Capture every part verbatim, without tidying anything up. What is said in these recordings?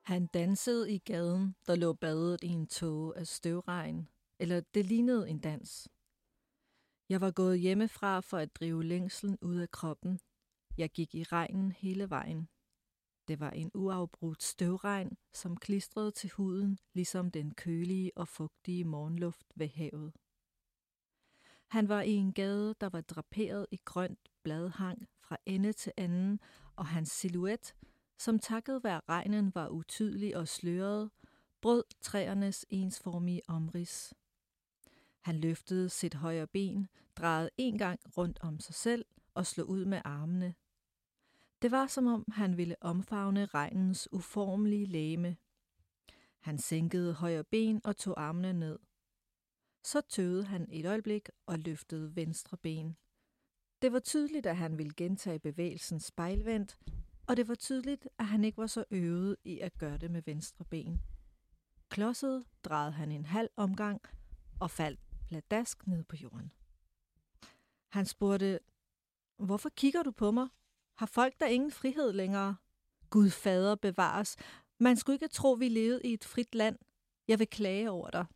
Han dansede i gaden, der lå badet i en tåge af støvregn, eller det lignede en dans. Jeg var gået hjemmefra for at drive længslen ud af kroppen. Jeg gik i regnen hele vejen. Det var en uafbrudt støvregn, som klistrede til huden, ligesom den kølige og fugtige morgenluft ved havet. Han var i en gade, der var draperet i grønt bladhang fra ende til anden, og hans silhuet, som takket være regnen var utydelig og sløret, brød træernes ensformige omrids. Han løftede sit højre ben, drejede en gang rundt om sig selv og slog ud med armene. Det var som om han ville omfavne regnens uformelige legeme. Han sænkede højre ben og tog armene ned. Så tøvede han et øjeblik og løftede venstre ben. Det var tydeligt, at han ville gentage bevægelsen spejlvendt, og det var tydeligt, at han ikke var så øvet i at gøre det med venstre ben. Klodset drejede han en halv omgang og faldt pladask ned på jorden. Han spurgte, hvorfor kigger du på mig? Har folk der ingen frihed længere? Gud fader bevares. Man skulle ikke tro, vi levede i et frit land. Jeg vil klage over dig.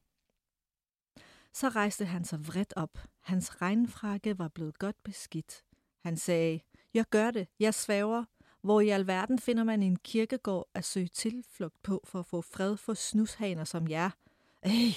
Så rejste han sig vredt op. Hans regnfrakke var blevet godt beskidt. Han sagde, jeg gør det, jeg svæver. Hvor i alverden finder man en kirkegård at søge tilflugt på for at få fred for snushaner som jer? Ej!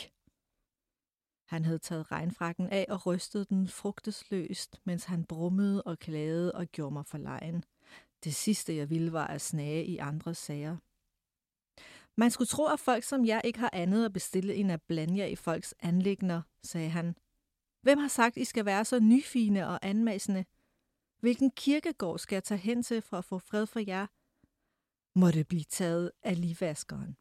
Han havde taget regnfrakken af og rystede den frugtesløst, mens han brummede og klagede og gjorde mig forlegen. Det sidste, jeg ville, var at snage i andres sager. Man skulle tro, at folk som jeg ikke har andet at bestille end at blande jer i folks anliggender, sagde han. Hvem har sagt, I skal være så nyfine og anmassende? Hvilken kirkegård skal jeg tage hen til for at få fred for jer? Må det blive taget af ligvaskeren.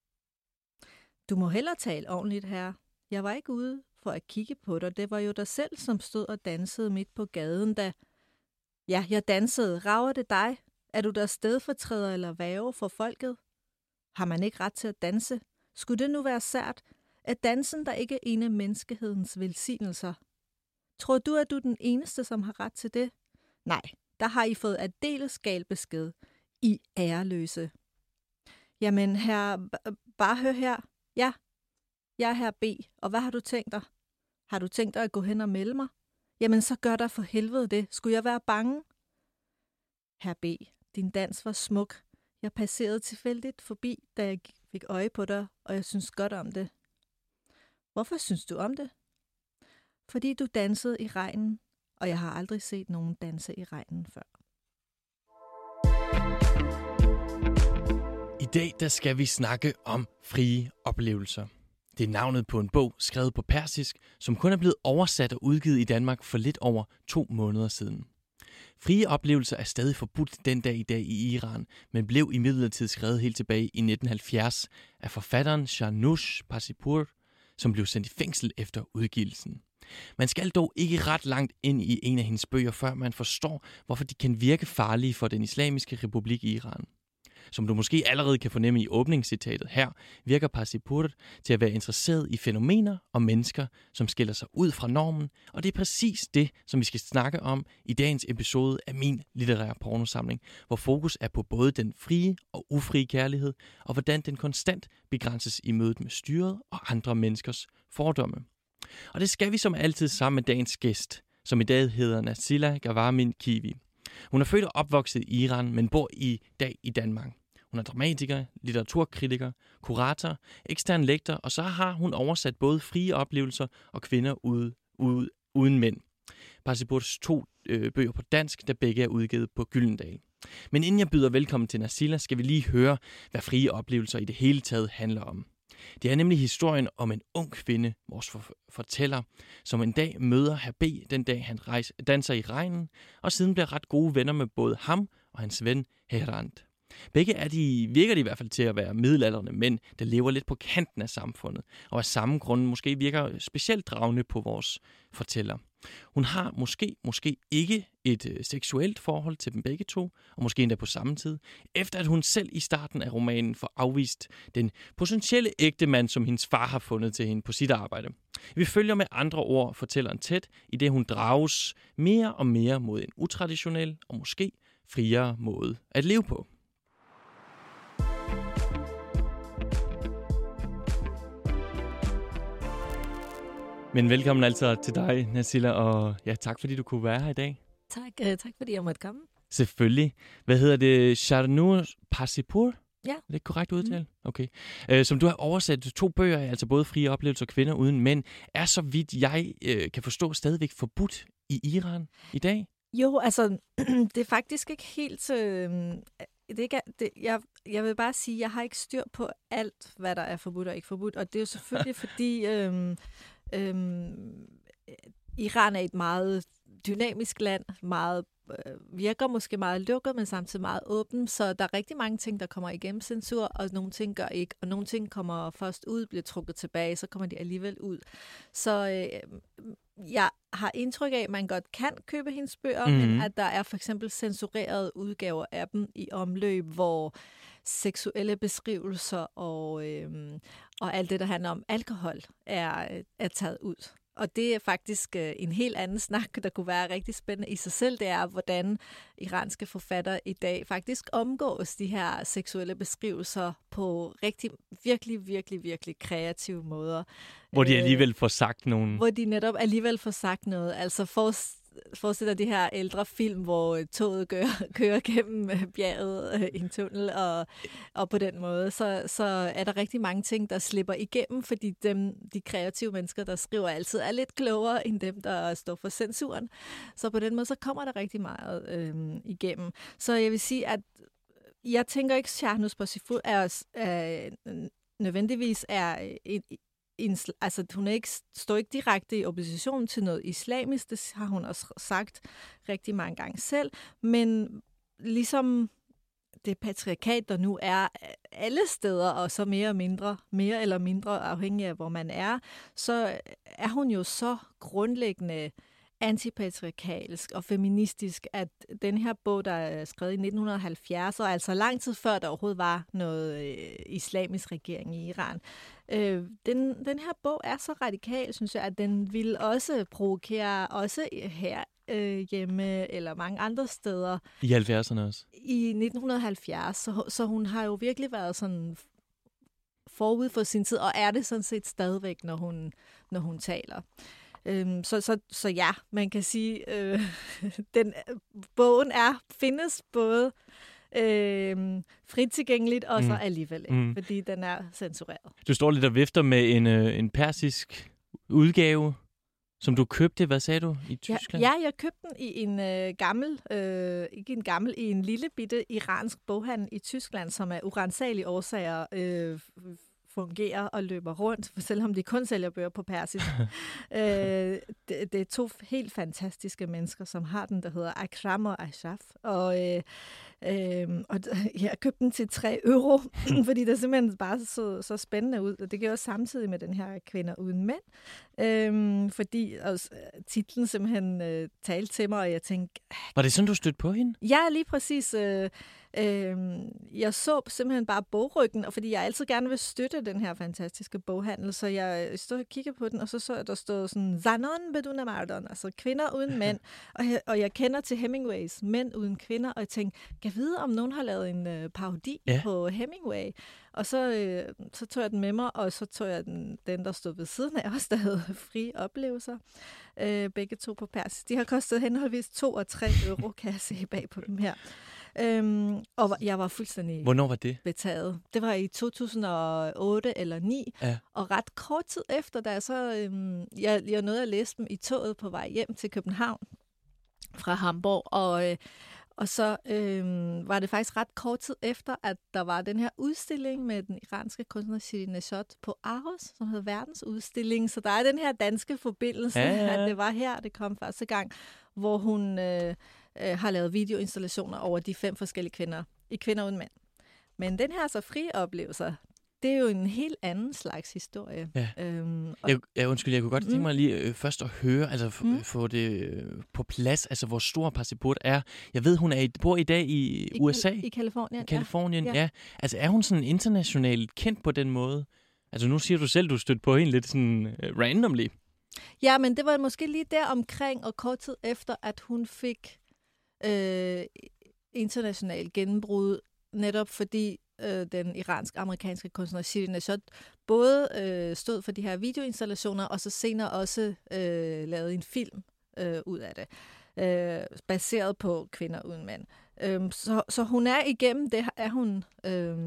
Du må hellere tale ordentligt, herre. Jeg var ikke ude for at kigge på dig. Det var jo dig selv, som stod og dansede midt på gaden, da... Ja, jeg dansede. Rager det dig? Er du der stedfortræder eller værge for folket? Har man ikke ret til at danse? Skulle det nu være sært, at dansen der ikke er en af menneskehedens velsignelser? Tror du, at du er den eneste, som har ret til det? Nej, der har I fået aldeles gal besked. I æreløse. Jamen, herre, bare hør her. Ja, jeg er herre B, og hvad har du tænkt dig? Har du tænkt dig at gå hen og melde mig? Jamen, så gør der for helvede det. Skulle jeg være bange? Herre B, din dans var smuk. Jeg passerede tilfældigt forbi, da jeg fik øje på dig, og jeg synes godt om det. Hvorfor synes du om det? Fordi du dansede i regnen, og jeg har aldrig set nogen danse i regnen før. I dag der skal vi snakke om frie oplevelser. Det er navnet på en bog, skrevet på persisk, som kun er blevet oversat og udgivet i Danmark for lidt over to måneder siden. Frie oplevelser er stadig forbudt den dag i dag i Iran, men blev imidlertid skrevet helt tilbage i nitten halvfjerds af forfatteren Shahnoush Passipur, som blev sendt i fængsel efter udgivelsen. Man skal dog ikke ret langt ind i en af hendes bøger, før man forstår, hvorfor de kan virke farlige for den islamiske republik Iran. Som du måske allerede kan fornemme i åbningscitatet her, virker Passipur til at være interesseret i fænomener og mennesker, som skiller sig ud fra normen, og det er præcis det, som vi skal snakke om i dagens episode af min litterære pornosamling, hvor fokus er på både den frie og ufrie kærlighed, og hvordan den konstant begrænses i mødet med styret og andre menneskers fordomme. Og det skal vi som altid sammen med dagens gæst, som i dag hedder Nassila Gavarmin Kivi. Hun er født og opvokset i Iran, men bor i dag i Danmark. Hun er dramatiker, litteraturkritiker, kurator, ekstern lektor, og så har hun oversat både frie oplevelser og kvinder ude, ude, uden mænd. Passipurs to øh, bøger på dansk, der begge er udgivet på Gyldendal. Men inden jeg byder velkommen til Nassila, skal vi lige høre, hvad frie oplevelser i det hele taget handler om. Det er nemlig historien om en ung kvinde, vores fortæller, som en dag møder herr B, den dag han rejser, danser i regnen, og siden bliver ret gode venner med både ham og hans ven Herand. Begge er de, virker de i hvert fald til at være middelaldrende mænd, der lever lidt på kanten af samfundet, og af samme grund måske virker specielt dragende på vores fortæller. Hun har måske, måske ikke et øh, seksuelt forhold til dem begge to, og måske endda på samme tid, efter at hun selv i starten af romanen får afvist den potentielle ægtemand, som hendes far har fundet til hende på sit arbejde. Vi følger med andre ord fortælleren tæt, i det hun drages mere og mere mod en utraditionel og måske friere måde at leve på. Men velkommen altså til dig, Nasila, og ja, tak fordi du kunne være her i dag. Tak, uh, tak fordi jeg måtte komme. Selvfølgelig. Hvad hedder det? Sharnoor Pasipur? Ja. Er det korrekt udtale? Mm. Okay. Uh, som du har oversat to bøger, altså både Frie oplevelser og Kvinder uden mænd, er så vidt jeg uh, kan forstå stadigvæk forbudt i Iran i dag? Jo, altså, det er faktisk ikke helt... Øh, det er ikke, det, jeg, jeg vil bare sige, at jeg har ikke styr på alt, hvad der er forbudt og ikke forbudt. Og det er jo selvfølgelig, fordi øh, øh, Iran er et meget dynamisk land, meget øh, virker måske meget lukket, men samtidig meget åben, så der er rigtig mange ting, der kommer igennem censur, og nogle ting gør ikke, og nogle ting kommer først ud, bliver trukket tilbage, så kommer de alligevel ud. Så øh, jeg har indtryk af, at man godt kan købe hendes bøger, mm-hmm. men at der er for eksempel censurerede udgaver af dem i omløb, hvor seksuelle beskrivelser og, øh, og alt det, der handler om alkohol, er, er taget ud. Og det er faktisk øh, en helt anden snak, der kunne være rigtig spændende i sig selv. Det er, hvordan iranske forfattere i dag faktisk omgås de her seksuelle beskrivelser på rigtig, virkelig, virkelig, virkelig kreative måder. Hvor de alligevel får sagt nogle... Hvor de netop alligevel får sagt noget. Altså for forestiller de her ældre film, hvor toget kører, kører gennem bjerget øh, i en tunnel, og, og på den måde, så, så er der rigtig mange ting, der slipper igennem, fordi dem, de kreative mennesker, der skriver, altid er lidt klogere end dem, der står for censuren. Så på den måde, så kommer der rigtig meget øh, igennem. Så jeg vil sige, at jeg tænker ikke, at Shahnaz Pasipur er, er nødvendigvis er en En, altså, hun er ikke, står ikke direkte i opposition til noget islamisk, det har hun også sagt rigtig mange gange selv, men ligesom det patriarkat, der nu er alle steder, og så mere og mindre, mere eller mindre afhængig af, hvor man er, så er hun jo så grundlæggende antipatriarkalsk og feministisk, at den her bog, der er skrevet i nitten halvfjerds, og altså lang tid før der overhovedet var noget øh, islamisk regering i Iran, øh, den, den her bog er så radikal, synes jeg, at den vil også provokere, også her øh, hjemme eller mange andre steder. I halvfjerdserne også? I nitten halvfjerds, så, så hun har jo virkelig været sådan forud for sin tid, og er det sådan set stadigvæk, når hun, når hun taler. Øhm, så, så, så ja, man kan sige, øh, den bogen er findes både øh, frit tilgængeligt og så mm. alligevel ikke, mm. fordi den er censureret. Du står lidt og vifter med en, øh, en persisk udgave, som du købte, hvad sagde du, i Tyskland? Ja, ja jeg købte den i en øh, gammel, øh, ikke en gammel, i en lille bitte iransk boghandel i Tyskland, som af uransagelige årsager øh, fungerer og løber rundt, selvom de kun sælger bøger på persisk. øh, det, det er to helt fantastiske mennesker, som har den, der hedder Akram og Ashraf. Og, øh, øh, og jeg købte den til tre euro, fordi det simpelthen bare så, så spændende ud. Og det gør også samtidig med den her Kvinder uden mænd. Øh, fordi også, titlen simpelthen øh, talte til mig, og jeg tænkte... Var det sådan, du stødte på hende? Ja, lige præcis. Øh, øh, jeg så simpelthen bare bogryggen, og fordi jeg altid gerne vil støtte den her fantastiske boghandel, så jeg stod og kiggede på den, og så så jeg, der stod sådan, Zanon beduna mardon, altså kvinder uden mænd. Og jeg, og jeg kender til Hemingways Mænd uden kvinder, og jeg tænkte, kan jeg vide, om nogen har lavet en øh, parodi ja. på Hemingway? Og så, øh, så tog jeg den med mig, og så tog jeg den, den der stod ved siden af os, der hed Frie oplevelser. Øh, begge to på persisk. De har kostet henholdsvis to og tre euro, kan jeg se bag på dem her. Øhm, og jeg var fuldstændig Hvornår var det? betaget. Det var i to tusind og otte eller ni, ja. Og ret kort tid efter, da jeg så øhm, jeg, jeg nåede at læse dem i toget på vej hjem til København fra Hamburg, og øh, og så øhm, var det faktisk ret kort tid efter, at der var den her udstilling med den iranske kunstner Shirin Neshat på Aros, som hedder Verdensudstilling. Så der er den her danske forbindelse, ja, ja. at det var her, det kom første gang, hvor hun øh, øh, har lavet videoinstallationer over de fem forskellige kvinder i Kvinder uden mænd. Men den her så frie oplevelser, det er jo en helt anden slags historie. Ja. Øhm, og jeg, jeg, undskyld, jeg kunne godt tænke mig lige øh, først at høre, altså f- mm. få det øh, på plads, altså hvor stor Pasipur er. Jeg ved, hun er i, bor i dag i, I U S A. I Kalifornien. I Kalifornien, ja. ja. ja. Altså er hun sådan internationalt kendt på den måde? Altså nu siger du selv, du stødte på hende lidt sådan uh, randomly. Ja, men det var måske lige der omkring, og kort tid efter, at hun fik øh, international gennembrud, netop fordi øh, den iransk-amerikanske kunstner Shirin Neshat, både øh, stod for de her videoinstallationer, og så senere også øh, lavede en film øh, ud af det, øh, baseret på Kvinder uden mænd. Øh, så, så hun er igennem det, er hun øh,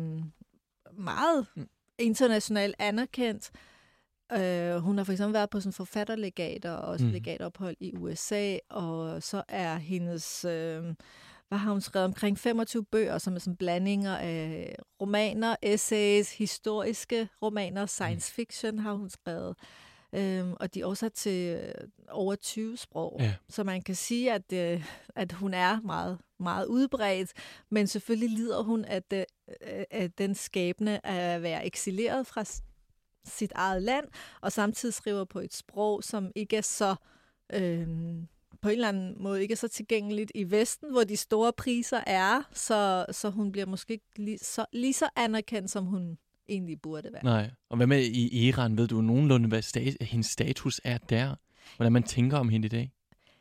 meget internationalt anerkendt. Uh, hun har for eksempel været på sådan forfatterlegater og også mm. legatophold i U S A, og så er hendes, uh, hvad har hun skrevet, omkring femogtyve bøger, som er sådan blandinger af romaner, essays, historiske romaner, science fiction har hun skrevet, um, og de er oversat til uh, over tyve sprog, ja. Så man kan sige, at, uh, at hun er meget, meget udbredt, men selvfølgelig lider hun af, uh, af den skæbne at være eksileret fra sit eget land, og samtidig skriver på et sprog, som ikke er så øh, på en eller anden måde ikke er så tilgængeligt i Vesten, hvor de store priser er, så, så hun bliver måske ikke lige så, lige så anerkendt, som hun egentlig burde være. Nej, og hvad med i Iran? Ved du nogenlunde, hvad stat- hendes status er der? Hvordan man tænker om hende i dag?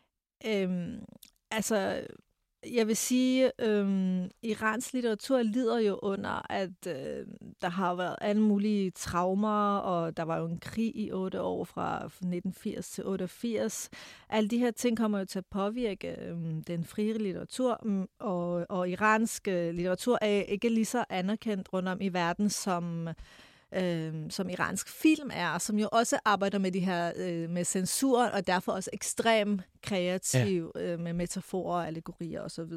Øhm, altså... Jeg vil sige, øhm, Irans litteratur lider jo under, at øh, der har været alle mulige traumer, og der var jo en krig i otte år fra nitten firs til otteogfirs. Alle de her ting kommer jo til at påvirke øh, den frie litteratur, og, og iransk litteratur er ikke lige så anerkendt rundt om i verden, som... Øh, som iransk film er, som jo også arbejder med de her øh, med censur, og derfor også ekstremt kreativ ja. øh, med metaforer, allegorier osv.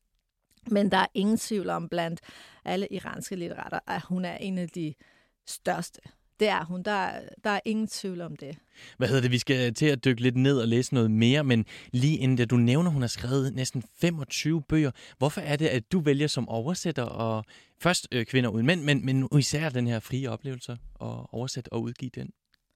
Men der er ingen tvivl om blandt alle iranske litterater, at hun er en af de største. Det er hun. Der er, der er ingen tvivl om det. Hvad hedder det? Vi skal til at dykke lidt ned og læse noget mere, men lige inden det, du nævner, hun har skrevet næsten femogtyve bøger. Hvorfor er det, at du vælger som oversætter og først øh, Kvinder uden mænd, men, men især den her frie oplevelse og oversætte og udgive den?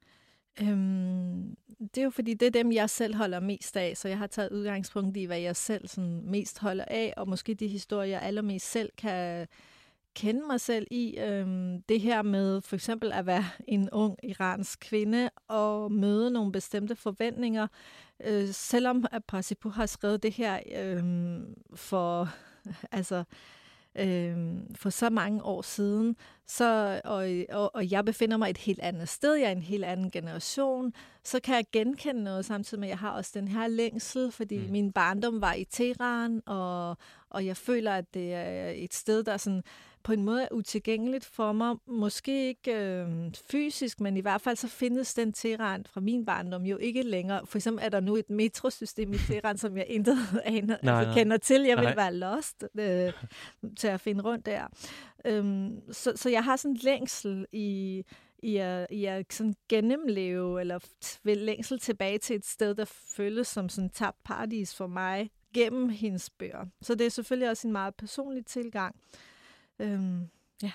Øhm, det er jo fordi, det er dem, jeg selv holder mest af, så jeg har taget udgangspunkt i, hvad jeg selv sådan mest holder af, og måske de historier, jeg allermest selv kan kende mig selv i. Øhm, det her med for eksempel at være en ung iransk kvinde og møde nogle bestemte forventninger. Øh, selvom at Parsipur har skrevet det her øhm, for, altså, øhm, for så mange år siden, så, og, og, og jeg befinder mig et helt andet sted, jeg er en helt anden generation, så kan jeg genkende noget, samtidig med, at jeg har også den her længsel, fordi mm. min barndom var i Teheran, og, og jeg føler, at det er et sted, der sådan på en måde er utilgængeligt for mig. Måske ikke øh, fysisk, men i hvert fald så findes den Teheran fra min barndom jo ikke længere. For eksempel er der nu et metrosystem i Teheran, som jeg intet aner, nej, altså, kender til. Jeg vil nej. være lost øh, til at finde rundt der. Øhm, så, så jeg har sådan en længsel i, i at, i at sådan gennemleve, eller længsel tilbage til et sted, der føles som sådan tabt paradis for mig, gennem hendes bøger. Så det er selvfølgelig også en meget personlig tilgang. Øhm, ja.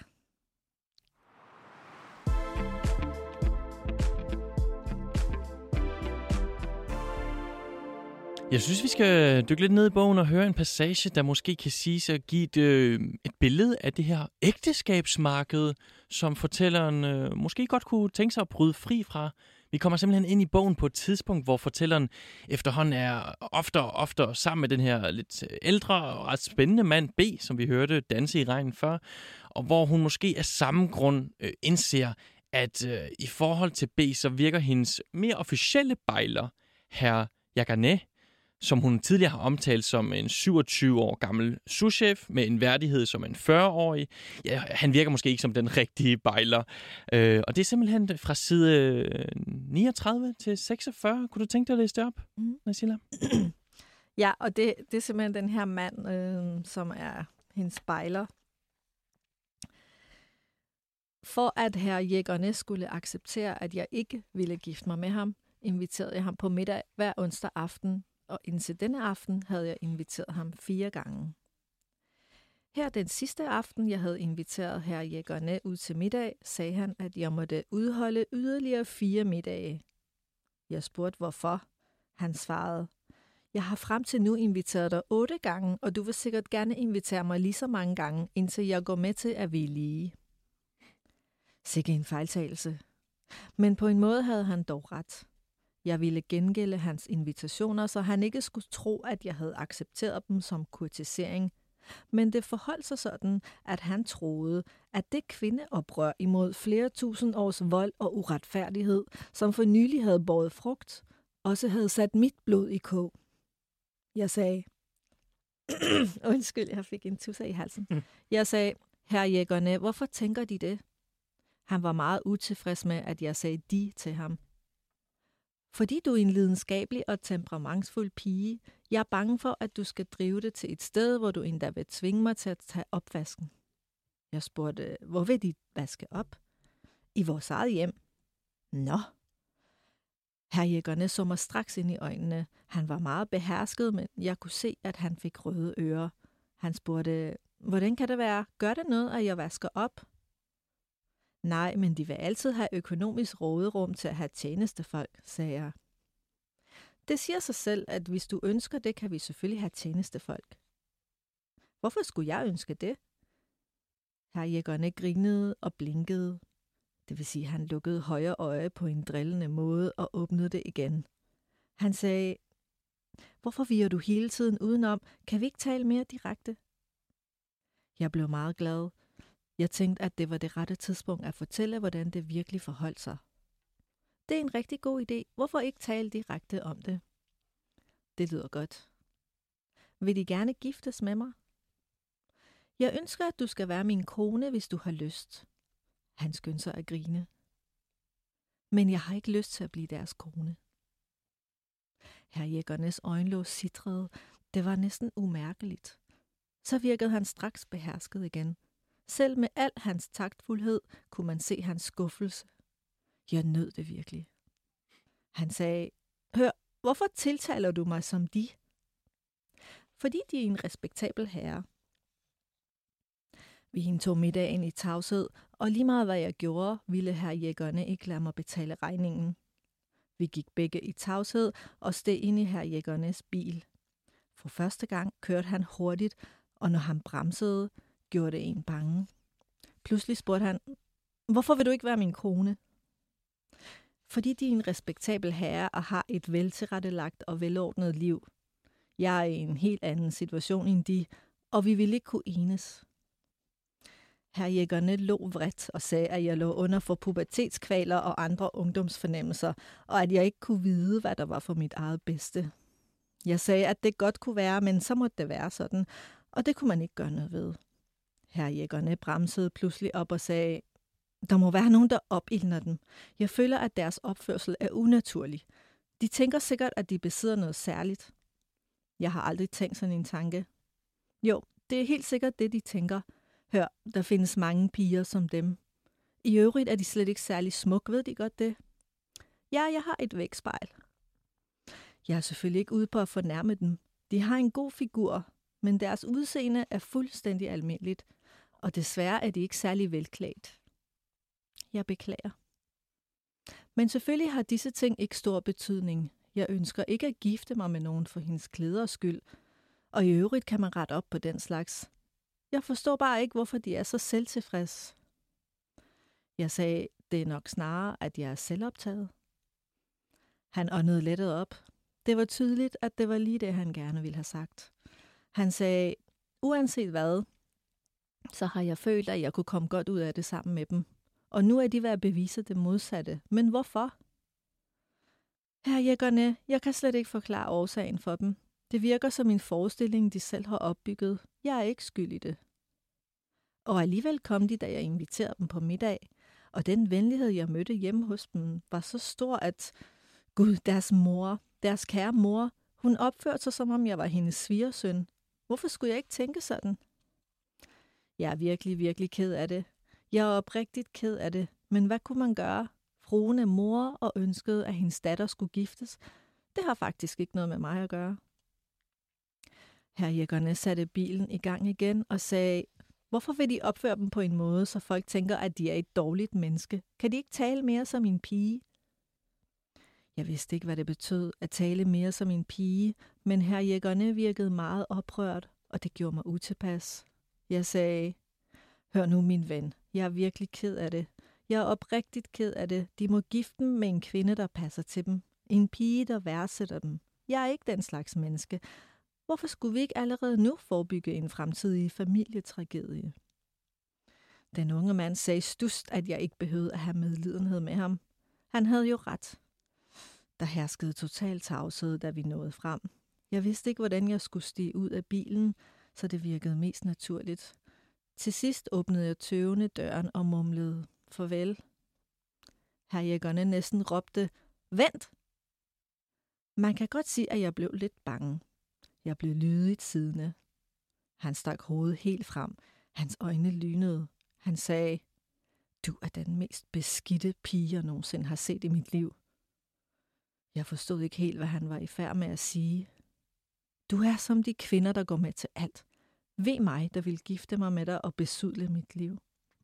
Jeg synes, vi skal dykke lidt ned i bogen og høre en passage, der måske kan siges at give et, øh, et billede af det her ægteskabsmarked, som fortælleren øh, måske godt kunne tænke sig at bryde fri fra. Vi kommer simpelthen ind i bogen på et tidspunkt, hvor fortælleren efterhånden er oftere og oftere sammen med den her lidt ældre og ret spændende mand B, som vi hørte danse i regnen før, og hvor hun måske af samme grund øh, indser, at øh, i forhold til B, så virker hendes mere officielle bejler, herr Yaganeh, som hun tidligere har omtalt som en syvogtyve år gammel souschef med en værdighed som en fyrre-årig. Ja, han virker måske ikke som den rigtige bejler. Øh, og det er simpelthen fra side niogtredive til seksogfyrre. Kunne du tænke dig at læse det op, mm. Nasila? Ja, og det, det er simpelthen den her mand, øh, som er hendes bejler. For at herr Yaganeh skulle acceptere, at jeg ikke ville gifte mig med ham, inviterede jeg ham på middag hver onsdag aften, og indtil denne aften havde jeg inviteret ham fire gange. Her den sidste aften, jeg havde inviteret herr Yaganeh ud til middag, sagde han, at jeg måtte udholde yderligere fire middage. Jeg spurgte, hvorfor. Han svarede, jeg har frem til nu inviteret dig otte gange, og du vil sikkert gerne invitere mig lige så mange gange, indtil jeg går med til at vi er lige. Sikke en fejltagelse. Men på en måde havde han dog ret. Jeg ville gengælde hans invitationer, så han ikke skulle tro, at jeg havde accepteret dem som kurtisering. Men det forholdt sig sådan, at han troede, at det kvindeoprør imod flere tusind års vold og uretfærdighed, som for nylig havde båret frugt, også havde sat mit blod i kog. Jeg sagde, undskyld, jeg fik en tusse i halsen. Mm. Jeg sagde, herre jægerne, hvorfor tænker de det? Han var meget utilfreds med, at jeg sagde de til ham. Fordi du er en lidenskabelig og temperamentsfuld pige, jeg er bange for, at du skal drive det til et sted, hvor du endda vil tvinge mig til at tage opvasken. Jeg spurgte, hvor vil de vaske op? I vores eget hjem. Nå. Herre jægerne så mig straks ind i øjnene. Han var meget behersket, men jeg kunne se, at han fik røde ører. Han spurgte, hvordan kan det være? Gør det noget, at jeg vasker op? Nej, men de vil altid have økonomisk råderum til at have tjenestefolk, sagde jeg. Det siger sig selv, at hvis du ønsker det, kan vi selvfølgelig have tjenestefolk. Hvorfor skulle jeg ønske det? Herre jægerne grinede og blinkede. Det vil sige, at han lukkede højre øje på en drillende måde og åbnede det igen. Han sagde, hvorfor viger du hele tiden udenom? Kan vi ikke tale mere direkte? Jeg blev meget glad. Jeg tænkte, at det var det rette tidspunkt at fortælle, hvordan det virkelig forholdt sig. Det er en rigtig god idé. Hvorfor ikke tale direkte om det? Det lyder godt. Vil de gerne giftes med mig? Jeg ønsker, at du skal være min kone, hvis du har lyst. Han skyndte sig at grine. Men jeg har ikke lyst til at blive deres kone. Herre jæggernes øjenlåg sitrede. Det var næsten umærkeligt. Så virkede han straks behersket igen. Selv med al hans taktfuldhed kunne man se hans skuffelse. Jeg nød det virkelig. Han sagde, hør, hvorfor tiltaler du mig som de? Fordi de er en respektabel herre. Vi indtog middagen i tavshed, og lige meget hvad jeg gjorde, ville herre jæggerne ikke lade mig betale regningen. Vi gik begge i tavshed og steg ind i herre jæggernes bil. For første gang kørte han hurtigt, og når han bremsede, gjorde det en bange. Pludselig spurgte han, hvorfor vil du ikke være min kone? Fordi de er en respektabel herre og har et veltilrettelagt og velordnet liv. Jeg er i en helt anden situation end de, og vi ville ikke kunne enes. Herre jæggerne lå vredt og sagde, at jeg lå under for pubertetskvaler og andre ungdomsfornemmelser, og at jeg ikke kunne vide, hvad der var for mit eget bedste. Jeg sagde, at det godt kunne være, men så måtte det være sådan, og det kunne man ikke gøre noget ved. Herre jæggerne bremsede pludselig op og sagde, der må være nogen, der opildner dem. Jeg føler, at deres opførsel er unaturlig. De tænker sikkert, at de besidder noget særligt. Jeg har aldrig tænkt sådan en tanke. Jo, det er helt sikkert det, de tænker. Hør, der findes mange piger som dem. I øvrigt er de slet ikke særlig smuk, ved de godt det? Ja, jeg har et vægspejl. Jeg er selvfølgelig ikke ude på at fornærme dem. De har en god figur, men deres udseende er fuldstændig almindeligt, og desværre er de ikke særlig velklædt. Jeg beklager. Men selvfølgelig har disse ting ikke stor betydning. Jeg ønsker ikke at gifte mig med nogen for hendes klæders skyld, og i øvrigt kan man rette op på den slags. Jeg forstår bare ikke, hvorfor de er så selvtilfreds. Jeg sagde, det er nok snarere, at jeg er selvoptaget. Han åndede lettet op. Det var tydeligt, at det var lige det, han gerne ville have sagt. Han sagde, uanset hvad, så har jeg følt, at jeg kunne komme godt ud af det sammen med dem. Og nu er de ved at bevise det modsatte. Men hvorfor? Herre jæggerne, jeg kan slet ikke forklare årsagen for dem. Det virker som en forestilling, de selv har opbygget. Jeg er ikke skyld i det. Og alligevel kom de, da jeg inviterede dem på middag. Og den venlighed, jeg mødte hjemme hos dem, var så stor, at Gud, deres mor, deres kære mor, hun opførte sig, som om jeg var hendes svigersøn. Hvorfor skulle jeg ikke tænke sådan? Jeg er virkelig, virkelig ked af det. Jeg er oprigtigt ked af det. Men hvad kunne man gøre? Fruen er mor og ønskede, at hendes datter skulle giftes. Det har faktisk ikke noget med mig at gøre. Herre jæggerne satte bilen i gang igen og sagde, hvorfor vil de opføre dem på en måde, så folk tænker, at de er et dårligt menneske? Kan de ikke tale mere som en pige? Jeg vidste ikke, hvad det betød at tale mere som en pige, men herre jæggerne virkede meget oprørt, og det gjorde mig utilpas. Jeg sagde, hør nu min ven, jeg er virkelig ked af det. Jeg er oprigtigt ked af det. De må gifte dem med en kvinde, der passer til dem. En pige, der værdsætter dem. Jeg er ikke den slags menneske. Hvorfor skulle vi ikke allerede nu forebygge en fremtidig familietragedie? Den unge mand sagde stust, at jeg ikke behøvede at have medlidenhed med ham. Han havde jo ret. Der herskede total tavshed, da vi nåede frem. Jeg vidste ikke, hvordan jeg skulle stige ud af bilen, så det virkede mest naturligt. Til sidst åbnede jeg tøvende døren og mumlede farvel. Herjæggerne næsten råbte, vent! Man kan godt sige, at jeg blev lidt bange. Jeg blev lydigt siddende. Han stak hovedet helt frem. Hans øjne lynede. Han sagde, du er den mest beskidte pige, jeg nogensinde har set i mit liv. Jeg forstod ikke helt, hvad han var i færd med at sige. Du er som de kvinder, der går med til alt. Ved mig, der vil gifte mig med dig og besudle mit liv.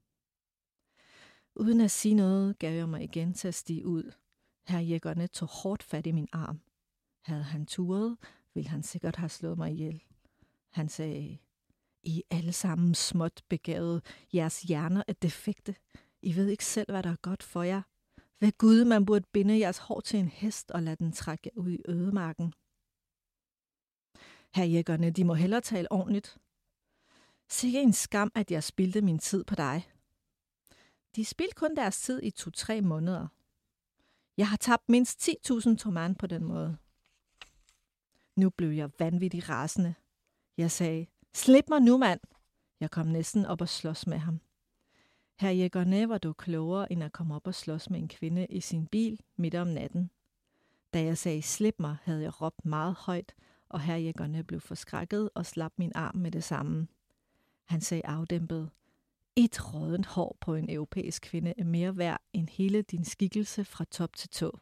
Uden at sige noget, gav jeg mig igen til at stige ud. Herjæggerne tog hårdt fat i min arm. Havde han turet, ville han sikkert have slået mig ihjel. Han sagde, I er alle sammen småt begavet. Jeres hjerner er defekte. I ved ikke selv, hvad der er godt for jer. Ved Gud, man burde binde jeres hår til en hest og lade den trække ud i ødemarken. Herjæggerne, de må hellere tale ordentligt. Sikke en skam, at jeg spildte min tid på dig. De spildte kun deres tid i to-tre måneder. Jeg har tabt mindst ti tusind toman på den måde. Nu blev jeg vanvittigt rasende. Jeg sagde, slip mig nu, mand. Jeg kom næsten op og slås med ham. Herjæggerne var dog klogere, end at komme op og slås med en kvinde i sin bil midt om natten. Da jeg sagde, slip mig, havde jeg råbt meget højt, og herjæggerne blev forskrækket og slap min arm med det samme. Han sagde afdæmpet, et rådent hår på en europæisk kvinde er mere værd end hele din skikkelse fra top til tå.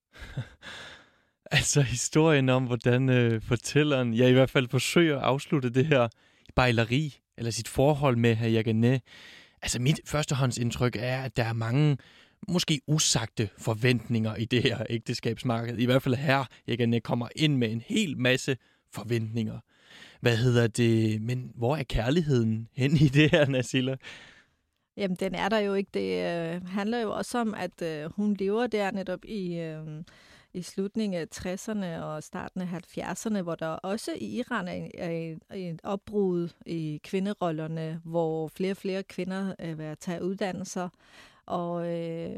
Altså historien om, hvordan øh, fortælleren, ja i hvert fald forsøger at afslutte det her bejleri, eller sit forhold med Herjæggerne. Altså mit førstehåndsindtryk er, at der er mange måske usagte forventninger i det her ægteskabsmarked. I hvert fald her, Herjæggerne kommer ind med en hel masse forventninger. Hvad hedder det? Men hvor er kærligheden hen i det her, Nasila? Jamen, den er der jo ikke. Det øh, handler jo også om, at øh, hun lever der netop i, øh, i slutningen af tresserne og starten af halvfjerdserne, hvor der også i Iran er, er et opbrud i kvinderollerne, hvor flere og flere kvinder øh, vil tage uddannelser. Og, øh,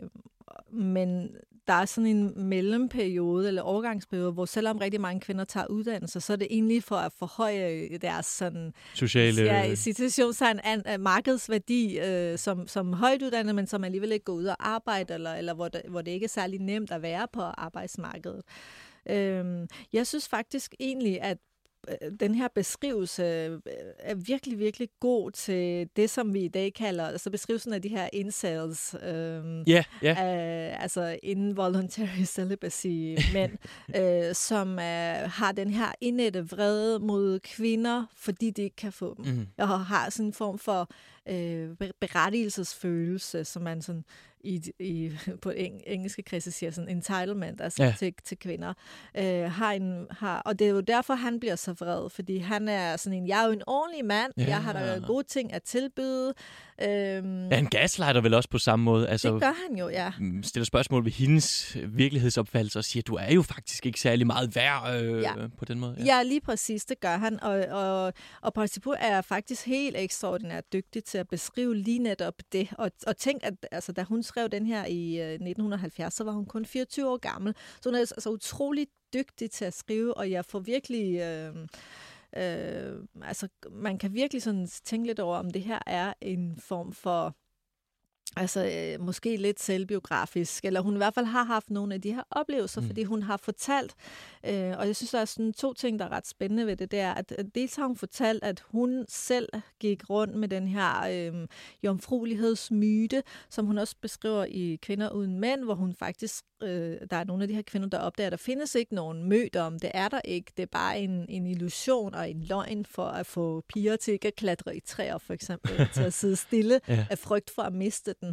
men der er sådan en mellemperiode eller overgangsperiode, hvor selvom rigtig mange kvinder tager uddannelser, så er det egentlig for at forhøje deres sådan sociale ja, situationstegn af markedsværdi øh, som, som højt uddannet, men som alligevel ikke går ud og arbejder, eller, eller hvor, det, hvor det ikke er særlig nemt at være på arbejdsmarkedet. Øh, jeg synes faktisk egentlig, at den her beskrivelse er virkelig, virkelig god til det, som vi i dag kalder, altså beskrivelsen af de her incels, øhm, yeah, yeah. Øh, altså involuntary celibacy mænd, øh, som øh, har den her indætte vrede mod kvinder, fordi de ikke kan få dem. Mm. Og har sådan en form for øh, berettigelsesfølelse, som man sådan i, i, på eng, engelske kredse siger sådan entitlement, altså ja. til, til kvinder. Øh, har en, har, og det er jo derfor, han bliver så vred, fordi han er sådan en, jeg er jo en ordentlig mand, ja. jeg har da gode ting at tilbyde. Øhm, ja, han gaslighter vel også på samme måde. Altså, det gør han jo, ja. Stiller spørgsmål ved hendes virkelighedsopfattelse og siger, du er jo faktisk ikke særlig meget værd øh, ja. på den måde. Ja. ja, lige præcis, det gør han. Og, og, og Partipur er faktisk helt ekstraordinært dygtig til at beskrive lige netop det. Og, og tænk, at altså, da hun skrev den her i øh, nitten halvfjerds, så var hun kun fireogtyve år gammel. Så hun er altså utrolig dygtig til at skrive, og jeg får virkelig... Øh, øh, altså, man kan virkelig sådan tænke lidt over, om det her er en form for... Altså øh, måske lidt selvbiografisk, eller hun i hvert fald har haft nogle af de her oplevelser, mm. fordi hun har fortalt, øh, og jeg synes, der er sådan to ting, der er ret spændende ved det, det er, at dels har hun fortalt, at hun selv gik rundt med den her øh, jomfruelighedsmyte, som hun også beskriver i Kvinder uden mænd, hvor hun faktisk, øh, der er nogle af de her kvinder, der opdager, at der findes ikke nogen mødom, det er der ikke, det er bare en, en illusion og en løgn for at få piger til ikke at klatre i træer, for eksempel, til at sidde stille ja. af frygt for at miste den,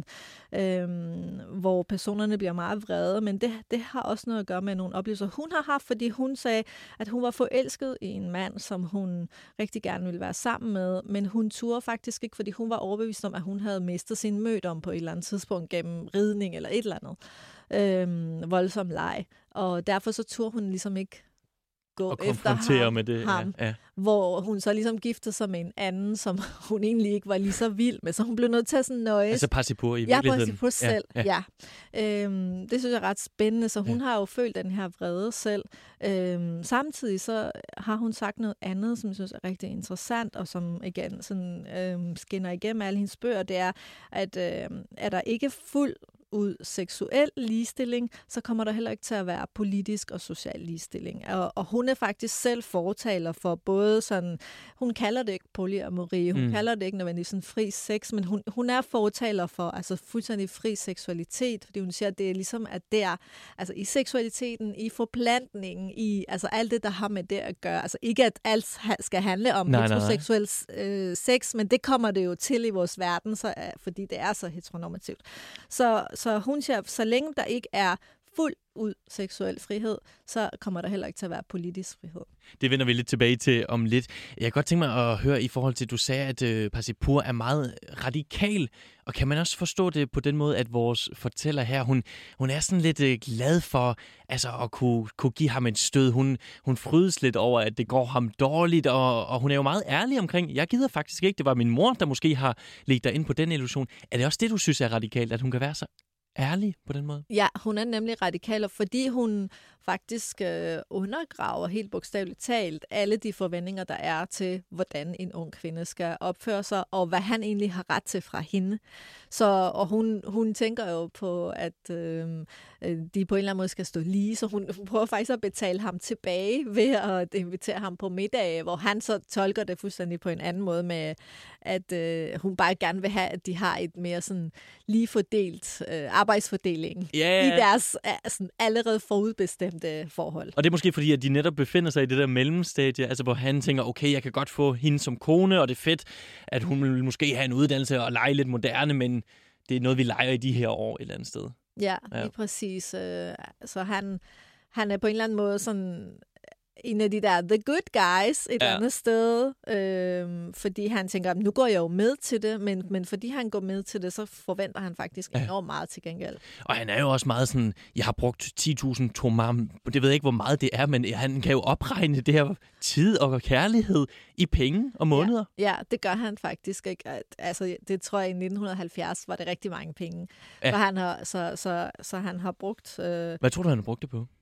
øhm, hvor personerne bliver meget vrede, men det, det har også noget at gøre med nogle oplevelser, hun har haft, fordi hun sagde, at hun var forelsket i en mand, som hun rigtig gerne ville være sammen med, men hun turde faktisk ikke, fordi hun var overbevist om, at hun havde mistet sin mødom på et eller andet tidspunkt gennem ridning eller et eller andet øhm, voldsom leg, og derfor så turde hun ligesom ikke gå og efter ham, med det. ham Ja, ja. hvor hun så ligesom giftede sig med en anden, som hun egentlig ikke var lige så vild med, så hun blev nødt til at sådan nøjes. Altså Parsipur i ja, virkeligheden. Ja, Parsipur selv, ja. ja. ja. Øhm, det synes jeg er ret spændende, så hun ja. har jo følt den her vrede selv. Øhm, samtidig så har hun sagt noget andet, som jeg synes er rigtig interessant, og som igen sådan, øhm, skinner igennem alle hendes bøger, det er, at øhm, er der ikke fuld ud seksuel ligestilling, så kommer der heller ikke til at være politisk og social ligestilling. Og, og hun er faktisk selv fortaler for både sådan, hun kalder det ikke polyamori, hun mm. kalder det ikke nødvendigvis sådan fri sex, men hun, hun er fortaler for altså fuldstændig fri seksualitet, fordi hun siger, at det er ligesom, at der, altså i seksualiteten, i forplantningen, i altså alt det, der har med det at gøre. Altså ikke, at alt skal handle om nej, heteroseksuel øh, sex, men det kommer det jo til i vores verden, så, fordi det er så heteronormativt. Så Så hun siger, så længe der ikke er fuld ud seksuel frihed, så kommer der heller ikke til at være politisk frihed. Det vender vi lidt tilbage til om lidt. Jeg kan godt tænke mig at høre i forhold til, at du sagde, at øh, Parsipur er meget radikal. Og kan man også forstå det på den måde, at vores fortæller her, hun, hun er sådan lidt øh, glad for altså, at kunne, kunne give ham et stød. Hun, hun frydes lidt over, at det går ham dårligt, og, og hun er jo meget ærlig omkring, jeg gider faktisk ikke, det var min mor, der måske har ledt dig ind på den illusion. Er det også det, du synes er radikalt, at hun kan være så ærlig på den måde? Ja, hun er nemlig radikal, fordi hun faktisk øh, undergraver helt bogstaveligt talt alle de forventninger, der er til, hvordan en ung kvinde skal opføre sig, og hvad han egentlig har ret til fra hende. Så, og hun, hun tænker jo på, at øh, de på en eller anden måde skal stå lige, så hun, hun prøver faktisk at betale ham tilbage ved at invitere ham på middag, hvor han så tolker det fuldstændig på en anden måde med, at øh, hun bare gerne vil have, at de har et mere sådan lige fordelt øh, arbejdsfordeling yeah. i deres sådan, allerede forudbestemte forhold. Og det er måske fordi, at de netop befinder sig i det der mellemstadie, altså hvor han tænker, okay, jeg kan godt få hende som kone, og det er fedt, at hun vil måske have en uddannelse og lege lidt moderne, men det er noget, vi leger i de her år et eller andet sted. Ja, ja. Lige præcis. Så han, han er på en eller anden måde sådan en af de der the good guys et ja. andet sted, øh, fordi han tænker, nu går jeg jo med til det, men, men fordi han går med til det, så forventer han faktisk ja. enormt meget til gengæld. Og han er jo også meget sådan, jeg har brugt ti tusind tomam, det ved jeg ikke, hvor meget det er, men han kan jo opregne det her tid og kærlighed i penge og måneder. Ja, ja det gør han faktisk ikke. Altså, det tror jeg i nitten halvfjerds var det rigtig mange penge. Ja. Så, han har, så, så, så han har brugt... Øh, Hvad tror du, han har brugt det på?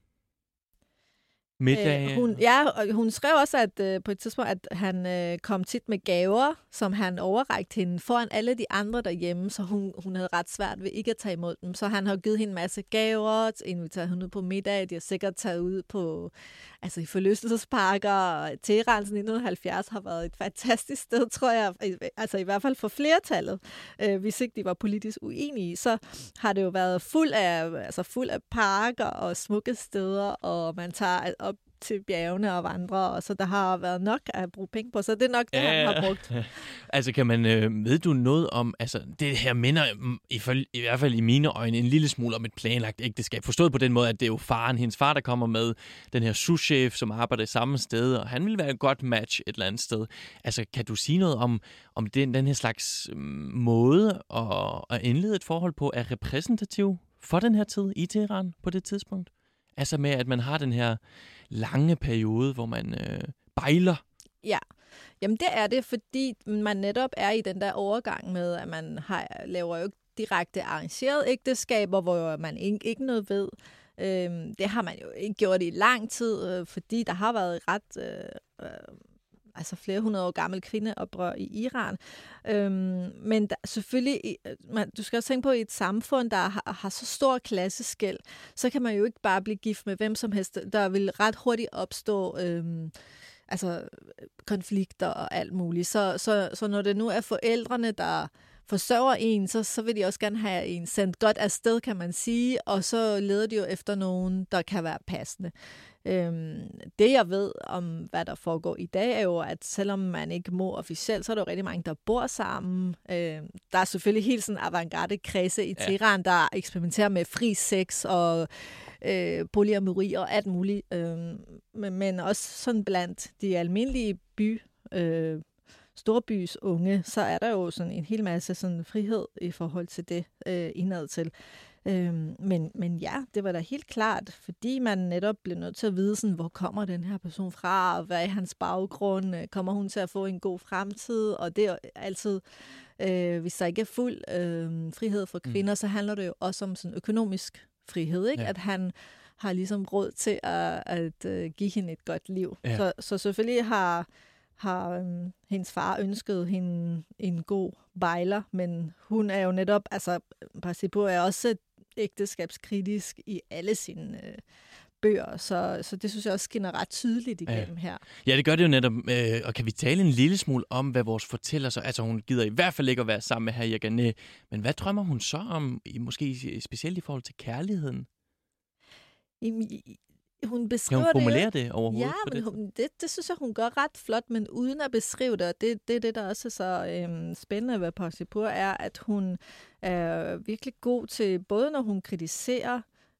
Middag. Øh, hun, ja, og hun skrev også, at øh, på et tidspunkt, at han øh, kom tit med gaver, som han overrakte hende foran alle de andre derhjemme, så hun, hun havde ret svært ved ikke at tage imod dem. Så han har givet hende en masse gaver, inviteret hende ud på middag, de har sikkert taget ud på altså i forlystelsesparker. Teheran nitten halvfjerds har været et fantastisk sted, tror jeg, altså i hvert fald for flertallet. Øh, hvis ikke de var politisk uenige, så har det jo været fuld af, altså fuld af parker og smukke steder, og man tager op til bjergene og vandre, og så der har været nok at bruge penge på, så det er nok det, ja, han har brugt. Altså kan man, øh, ved du noget om, altså det her minder i, i hvert fald i mine øjne en lille smule om et planlagt ægteskab, forstået på den måde, at det er jo faren, hendes far, der kommer med, den her souschef, som arbejder samme sted, og han vil være et godt match et eller andet sted. Altså kan du sige noget om, om den, den her slags måde at, at indlede et forhold på, er repræsentativ for den her tid i Teheran på det tidspunkt? Altså med, at man har den her lange periode, hvor man øh, bejler. Ja, jamen det er det, fordi man netop er i den der overgang med, at man har, laver jo ikke direkte arrangerede ægteskaber, hvor man ikke, ikke noget ved. Øhm, det har man jo ikke gjort i lang tid, øh, fordi der har været ret... Øh, øh, altså flere hundrede år gammel kvindeoprør i Iran. Øhm, men der, selvfølgelig, man, du skal også tænke på, at i et samfund, der har, har så stor klasseskel, så kan man jo ikke bare blive gift med hvem som helst. Der vil ret hurtigt opstå øhm, altså, konflikter og alt muligt. Så, så, så når det nu er forældrene, der forsørger en, så, så vil de også gerne have en sendt godt afsted, kan man sige, og så leder de jo efter nogen, der kan være passende. Øhm, det jeg ved om, hvad der foregår i dag, er jo, at selvom man ikke må officielt, så er der jo rigtig mange, der bor sammen. Øhm, der er selvfølgelig helt sådan avantgarde kredse i Teheran, ja. der eksperimenterer med fri sex og øh, polyamori og alt muligt. Øhm, men, men også sådan blandt de almindelige by øh, storbys unge, så er der jo sådan en hel masse sådan frihed i forhold til det øh, indad til. Øhm, men, men ja, det var da helt klart, fordi man netop blev nødt til at vide, sådan, hvor kommer den her person fra, og hvad er hans baggrund, kommer hun til at få en god fremtid, og det er altid, øh, hvis der ikke er fuld øh, frihed for kvinder, mm. så handler det jo også om sådan økonomisk frihed, ikke? Ja. At han har ligesom råd til at, at, at give hende et godt liv. Ja. Så, så selvfølgelig har, har øhm, hendes far ønsket hende en god bejler, men hun er jo netop, altså Pacipour er også ægteskabskritisk i alle sine øh, bøger, så, så det synes jeg også skinner ret tydeligt igennem ja. her. Ja, det gør det jo netop, øh, og kan vi tale en lille smule om, hvad vores fortæller så? Altså hun gider i hvert fald ikke at være sammen med hr. Yeganeh, men hvad drømmer hun så om, måske specielt i forhold til kærligheden? Hun beskriver kan hun formulere det, det overhovedet? Ja, men det? Hun, det, det synes jeg, hun gør ret flot, men uden at beskrive det. Det er det, det, der også er så øhm, spændende ved Pacipour, er, at hun er virkelig god til, både når hun kritiserer,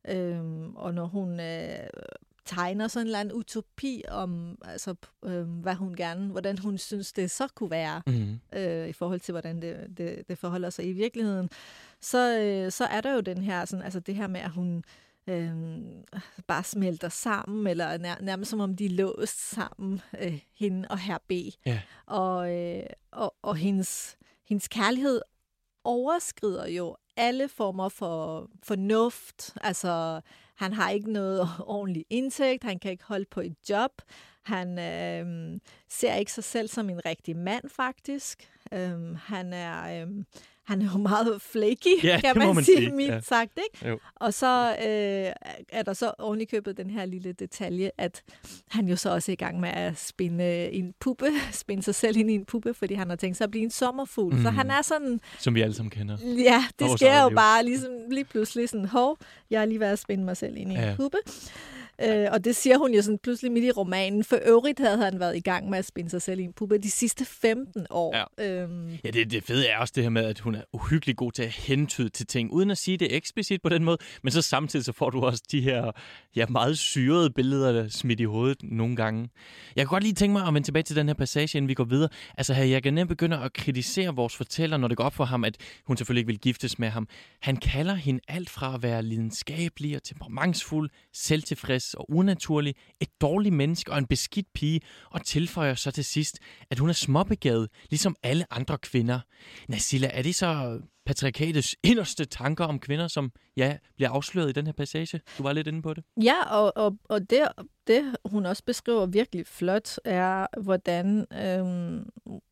øhm, og når hun øh, tegner sådan en eller anden utopi om, altså, øh, hvad hun gerne, hvordan hun synes, det så kunne være, mm-hmm. øh, i forhold til, hvordan det, det, det forholder sig i virkeligheden. Så, øh, så er der jo den her, sådan, altså det her med, at hun Øhm, bare smelter sammen, eller nær, nærmest som om de er låst sammen, øh, hende og herr B. Ja. Og, øh, og, og hendes, hendes kærlighed overskrider jo alle former for fornuft. Altså, han har ikke noget ordentlig indtægt, han kan ikke holde på et job, han øh, ser ikke sig selv som en rigtig mand, faktisk. Øh, han er... Øh, Han er jo meget flaky, ja, kan man, man sige, mildt ja. sagt, ikke? Jo. Og så øh, er der så ovenikøbet den her lille detalje, at han jo så også er i gang med at spinde en puppe, spinde sig selv ind i en puppe, fordi han har tænkt sig at blive en sommerfugl. Mm. Så han er sådan... Som vi alle sammen kender. Ja, det sker jo bare ligesom, lige pludselig sådan, hov, jeg er lige ved at spinde mig selv ind i ja. en puppe. Øh, og det siger hun jo sådan pludselig midt i romanen. For øvrigt havde han været i gang med at spinde sig selv i en puppe de sidste femten år. Ja, øhm. ja det, det fede er også det her med, at hun er uhyggelig god til at hentyde til ting, uden at sige det eksplicit på den måde, men så samtidig så får du også de her ja, meget syrede billeder, der smidt i hovedet nogle gange. Jeg kan godt lige tænke mig at vende tilbage til den her passage, inden vi går videre. Altså, hr. Yeganeh begynder at kritisere vores fortæller, når det går op for ham, at hun selvfølgelig ikke vil giftes med ham. Han kalder hende alt fra at være lidenskabelig og temperamentsfuld, selvtilfreds og unaturlig, et dårligt menneske og en beskidt pige, og tilføjer så til sidst, at hun er småbegavet, ligesom alle andre kvinder. Nasila, er det så patriarkatets inderste tanker om kvinder, som ja, bliver afsløret i den her passage? Du var lidt inde på det. Ja, og, og, og det, det, hun også beskriver virkelig flot, er, hvordan øhm,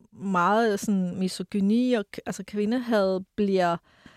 meget sådan, misogyni og altså, kvindehad bliver...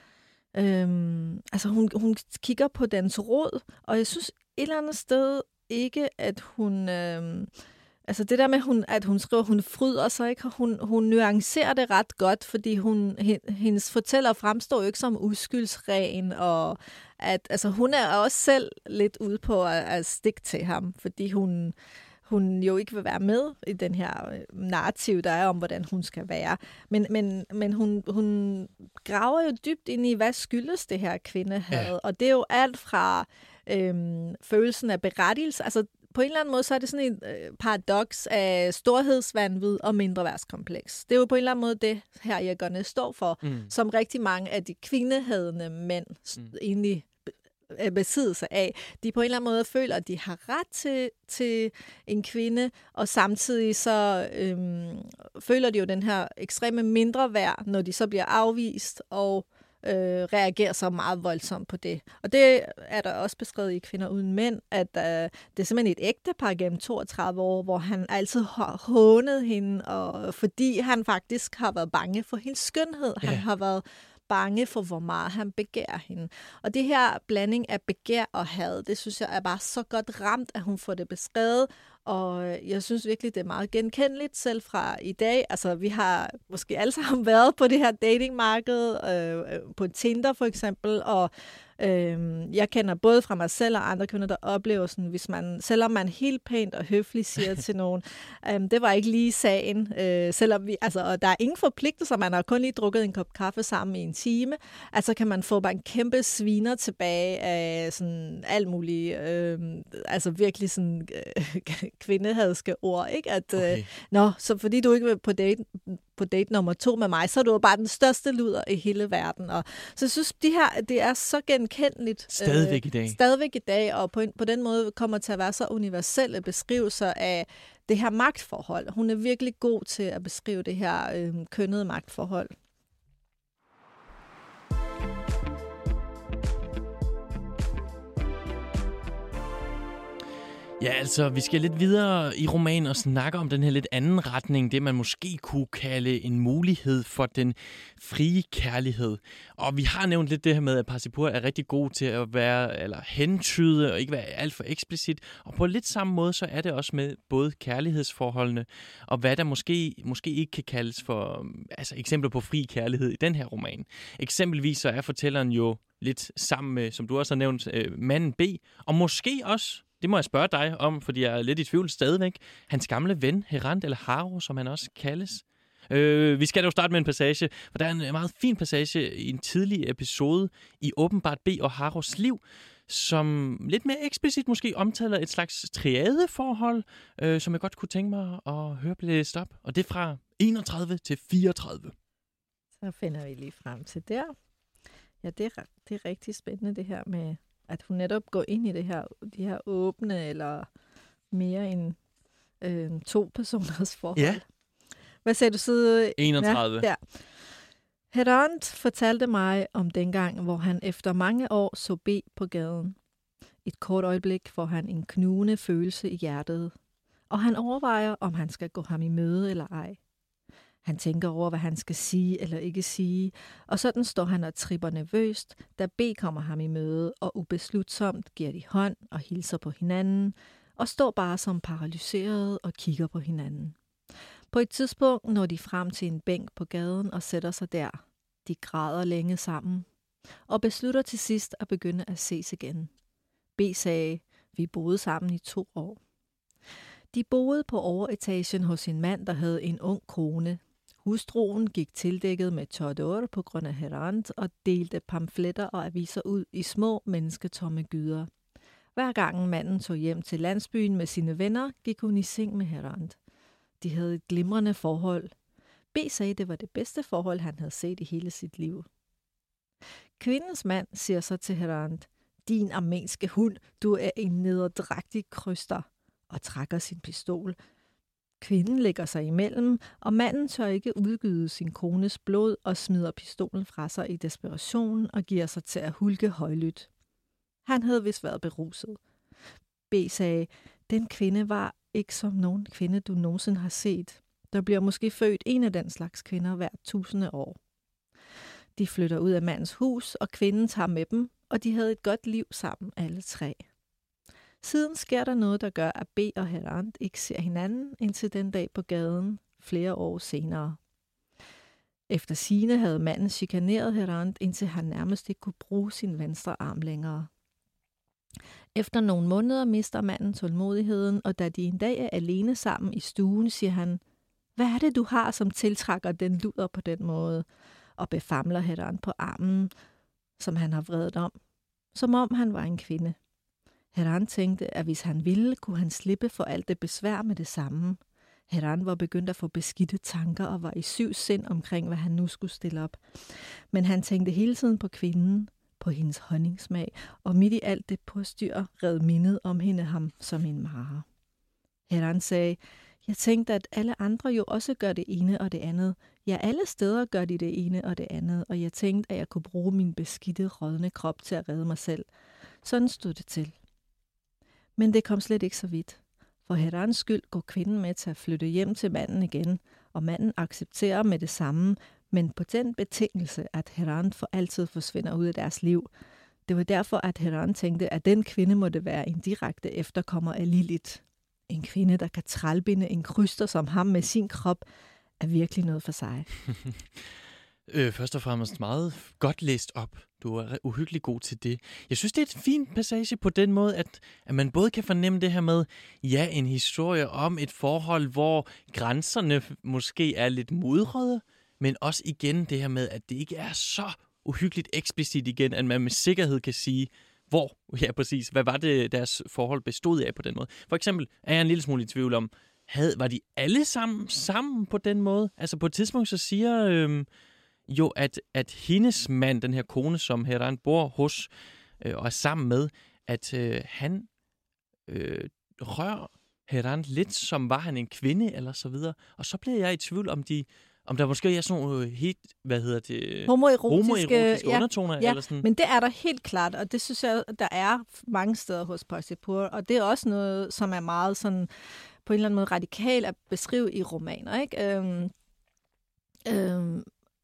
Øhm, altså, hun, hun kigger på dens rod, og jeg synes et eller andet sted ikke, at hun... Øhm, altså det der med, hun, at hun skriver, hun fryder sig, ikke? Hun, hun nuancerer det ret godt, fordi hun, hendes fortæller fremstår jo ikke som uskyldsren, og at, altså, hun er også selv lidt ude på at, at stikke til ham, fordi hun, hun jo ikke vil være med i den her narrativ, der er om, hvordan hun skal være. Men, men, men hun, hun graver jo dybt ind i, hvad skyldes det her kvindehad, ja. Og det er jo alt fra øhm, følelsen af berettigelse, altså på en eller anden måde, så er det sådan et øh, paradoks af storhedsvanvid og mindreværdskompleks. Det er jo på en eller anden måde det, her Yeganeh står for, mm. som rigtig mange af de kvindehadende mænd mm. egentlig er besiddelse af. De på en eller anden måde føler, at de har ret til, til en kvinde, og samtidig så øhm, føler de jo den her ekstreme mindreværd, når de så bliver afvist, og Øh, reagerer så meget voldsomt på det. Og det er der også beskrevet i Kvinder uden mænd, at øh, det er simpelthen et ægtepar gennem toogtredive år, hvor han altid har hånet hende, og fordi han faktisk har været bange for hendes skønhed. Han ja. har været bange for, hvor meget han begærer hende. Og det her blanding af begær og had, det synes jeg er bare så godt ramt, at hun får det beskrevet, og jeg synes virkelig, det er meget genkendeligt selv fra i dag. Altså, vi har måske alle sammen været på det her datingmarked, øh, på Tinder for eksempel, og øh, jeg kender både fra mig selv og andre kvinder, der oplever sådan, hvis man, selvom man helt pænt og høfligt siger til nogen, øh, det var ikke lige sagen, øh, selvom vi, altså, og der er ingen forpligtelser, man har kun lige drukket en kop kaffe sammen i en time, altså kan man få bare en kæmpe sviner tilbage af sådan alt muligt, øh, altså virkelig sådan øh, kvindehadske ord, ikke? At, okay. øh, nå, så fordi du ikke vil på date, på date nummer to med mig, så er du bare den største luder i hele verden. Og, så jeg synes, de her, det er så genkendeligt. Stadigvæk øh, i dag. Stadigvæk i dag, og på, en, på den måde kommer til at være så universelle beskrivelser af det her magtforhold. Hun er virkelig god til at beskrive det her øh, kønnede magtforhold. Ja, altså, vi skal lidt videre i romanen og snakke om den her lidt anden retning, det man måske kunne kalde en mulighed for den frie kærlighed. Og vi har nævnt lidt det her med, at Parsipur er rigtig god til at være, eller hentyde og ikke være alt for eksplicit. Og på lidt samme måde, så er det også med både kærlighedsforholdene og hvad der måske, måske ikke kan kaldes for, altså eksempler på fri kærlighed i den her roman. Eksempelvis så er fortælleren jo lidt sammen med, som du også har nævnt, manden B, og måske også, det må jeg spørge dig om, fordi jeg er lidt i tvivl stadigvæk, hans gamle ven, Herand, eller Haro, som han også kaldes. Øh, vi skal jo starte med en passage, for der er en meget fin passage i en tidlig episode i åbenbart B og Haros liv, som lidt mere eksplicit måske omtaler et slags triadeforhold, øh, som jeg godt kunne tænke mig at høre blive læst op. Og det er fra enogtredive til fireogtredive. Så finder vi lige frem til der. Ja, det er, det er rigtig spændende det her med, at hun netop går ind i det her, de her åbne eller mere end øh, to personers forhold. Ja. Hvad sagde du, side enogtredive? Ja, Herand fortalte mig om dengang, hvor han efter mange år så B på gaden. Et kort øjeblik får han en knugende følelse i hjertet, og han overvejer, om han skal gå ham i møde eller ej. Han tænker over, hvad han skal sige eller ikke sige, og sådan står han og tripper nervøst, da B kommer ham i møde, og ubeslutsomt giver de hånd og hilser på hinanden, og står bare som paralyseret og kigger på hinanden. På et tidspunkt når de frem til en bænk på gaden og sætter sig der. De græder længe sammen, og beslutter til sidst at begynde at ses igen. B sagde, vi boede sammen i to år. De boede på overetagen hos en mand, der havde en ung kone. Hustruen gik tildækket med tordor på grund af Herand og delte pamfletter og aviser ud i små mennesketomme gyder. Hver gang manden tog hjem til landsbyen med sine venner, gik hun i seng med Herand. De havde et glimrende forhold. B sagde, det var det bedste forhold, han havde set i hele sit liv. Kvindens mand siger så til Herand, din armenske hund, du er en nederdragtig kryster, og trækker sin pistol. Kvinden lægger sig imellem, og manden tør ikke udgyde sin kones blod og smider pistolen fra sig i desperation og giver sig til at hulke højlydt. Han havde vist været beruset. B sagde, den kvinde var ikke som nogen kvinde, du nogensinde har set. Der bliver måske født en af den slags kvinder hver tusinde år. De flytter ud af mandens hus, og kvinden tager med dem, og de havde et godt liv sammen alle tre. Siden sker der noget, der gør, at B og Herand ikke ser hinanden indtil den dag på gaden flere år senere. Efter sigende havde manden chikaneret Herand, indtil han nærmest ikke kunne bruge sin venstre arm længere. Efter nogle måneder mister manden tålmodigheden, og da de en dag er alene sammen i stuen, siger han, hvad er det, du har, som tiltrækker den luder på den måde, og befamler Herand på armen, som han har vredet om, som om han var en kvinde. Herand tænkte, at hvis han ville, kunne han slippe for alt det besvær med det samme. Herand var begyndt at få beskidte tanker og var i syv sind omkring, hvad han nu skulle stille op. Men han tænkte hele tiden på kvinden, på hendes honningsmag, og midt i alt det påstyr red mindet om hende ham som en mare. Herand sagde, jeg tænkte, at alle andre jo også gør det ene og det andet. Ja, alle steder gør de det ene og det andet, og jeg tænkte, at jeg kunne bruge min beskidte, rådne krop til at redde mig selv. Sådan stod det til. Men det kom slet ikke så vidt. For Herands skyld går kvinden med til at flytte hjem til manden igen, og manden accepterer med det samme, men på den betingelse, at Herand for altid forsvinder ud af deres liv. Det var derfor, at Herand tænkte, at den kvinde måtte være en direkte efterkommer af Lilith. En kvinde, der kan trælbinde en kryster som ham med sin krop, er virkelig noget for sig. øh, først og fremmest meget godt læst op. Du er uhyggelig god til det. Jeg synes, det er et fint passage på den måde, at, at man både kan fornemme det her med, ja, en historie om et forhold, hvor grænserne måske er lidt mudrede, men også igen det her med, at det ikke er så uhyggeligt eksplicit igen, at man med sikkerhed kan sige, hvor, ja præcis, hvad var det deres forhold bestod af på den måde. For eksempel er jeg en lille smule i tvivl om, havde, var de alle sammen sammen på den måde? Altså på et tidspunkt så siger øh, jo, at, at hendes mand, den her kone, som Heran bor hos øh, og er sammen med, at øh, han øh, rører Heran lidt, som var han en kvinde, eller så videre. Og så bliver jeg i tvivl, om de om der måske er sådan nogle helt, hvad hedder det? Homoerotiske, homoerotiske ja, undertoner, ja, eller sådan. Men det er der helt klart, og det synes jeg, der er mange steder hos Porsipur, og det er også noget, som er meget sådan, på en eller anden måde radikal at beskrive i romaner, ikke? Øhm, øhm,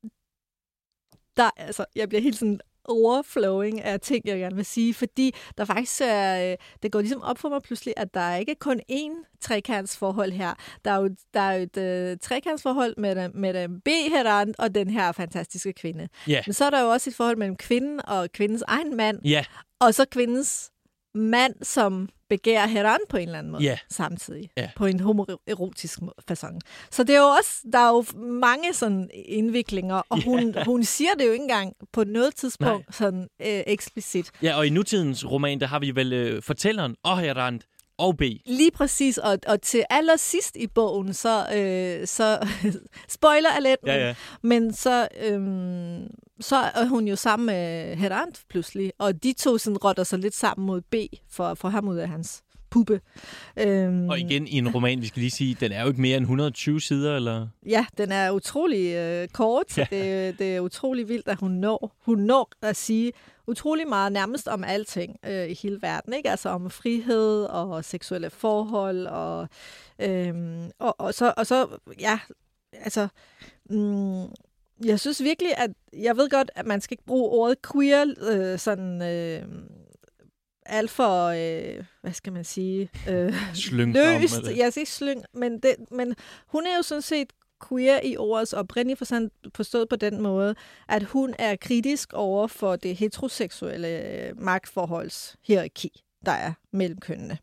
der, altså, jeg bliver helt sådan overflowing af ting, jeg gerne vil sige, fordi der faktisk er, det går ligesom op for mig pludselig, at der er ikke kun én trekantsforhold her. Der er jo, der er jo et uh, trekantsforhold med, med B. Heran og den her fantastiske kvinde. Yeah. Men så er der jo også et forhold mellem kvinden og kvindens egen mand, yeah. og så kvindens mand, som begærer Heran på en eller anden måde yeah. samtidig. Yeah. På en homoerotisk facon. Så det er jo også, der er jo mange sådan indviklinger, og hun, yeah. hun siger det jo ikke engang på noget tidspunkt Nej. sådan øh, eksplicit. Ja, og i nutidens roman, der har vi vel øh, fortælleren og Heran og B. Lige præcis, og, og til allersidst i bogen, så, øh, så spoiler alert, ja, ja. men så, øhm, så er hun jo sammen med Heran pludselig, og de to sådan rotter sig lidt sammen mod B, for, for ham ud af hans puppe. Øhm, og igen i en roman, vi skal lige sige, den er jo ikke mere end et hundrede og tyve sider, eller? Ja, den er utrolig øh, kort, ja. det, det er utrolig vildt, at hun når, hun når at sige utrolig meget nærmest om alting øh, i hele verden, ikke? Altså om frihed og seksuelle forhold, og, øhm, og, og, så, og så, ja, altså, mm, jeg synes virkelig, at jeg ved godt, at man skal ikke bruge ordet queer øh, sådan øh, alt for, øh, hvad skal man sige, øh, løst. Jeg siger ikke slyng, men, det, men hun er jo sådan set queer i ordets oprindelige forstand forstået på den måde, at hun er kritisk over for det heteroseksuelle magtforholdshierarki, der er mellem kønnene.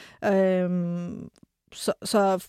Øhm, så så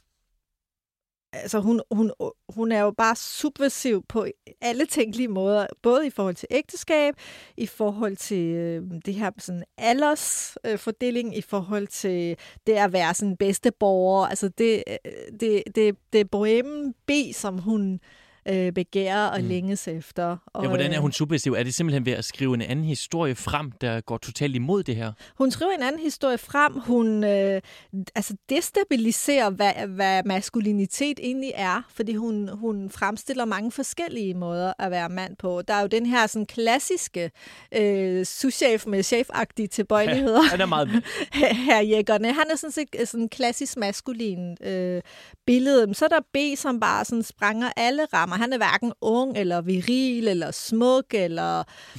altså hun, hun, hun er jo bare subversiv på alle tænkelige måder, både i forhold til ægteskab, i forhold til øh, det her sådan aldersfordeling, øh, i forhold til det at være sådan bedste borger. Altså det, det, det, det er bohemen B, som hun øh, begærer og mm. længes efter. Og, ja, hvordan er hun subversiv? Er det simpelthen ved at skrive en anden historie frem, der går totalt imod det her? Hun skriver en anden historie frem. Hun øh, altså destabiliserer, hvad, hvad maskulinitet egentlig er, fordi hun, hun fremstiller mange forskellige måder at være mand på. Der er jo den her sådan klassiske øh, souschef med chef-agtige tilbøjeligheder. Ja, han er meget... Her jæggerne. Han er sådan set sådan en klassisk maskulin øh, billede. Så er der B, som bare sådan sprænger alle rammer. Han er hverken ung, eller viril, eller smuk, eller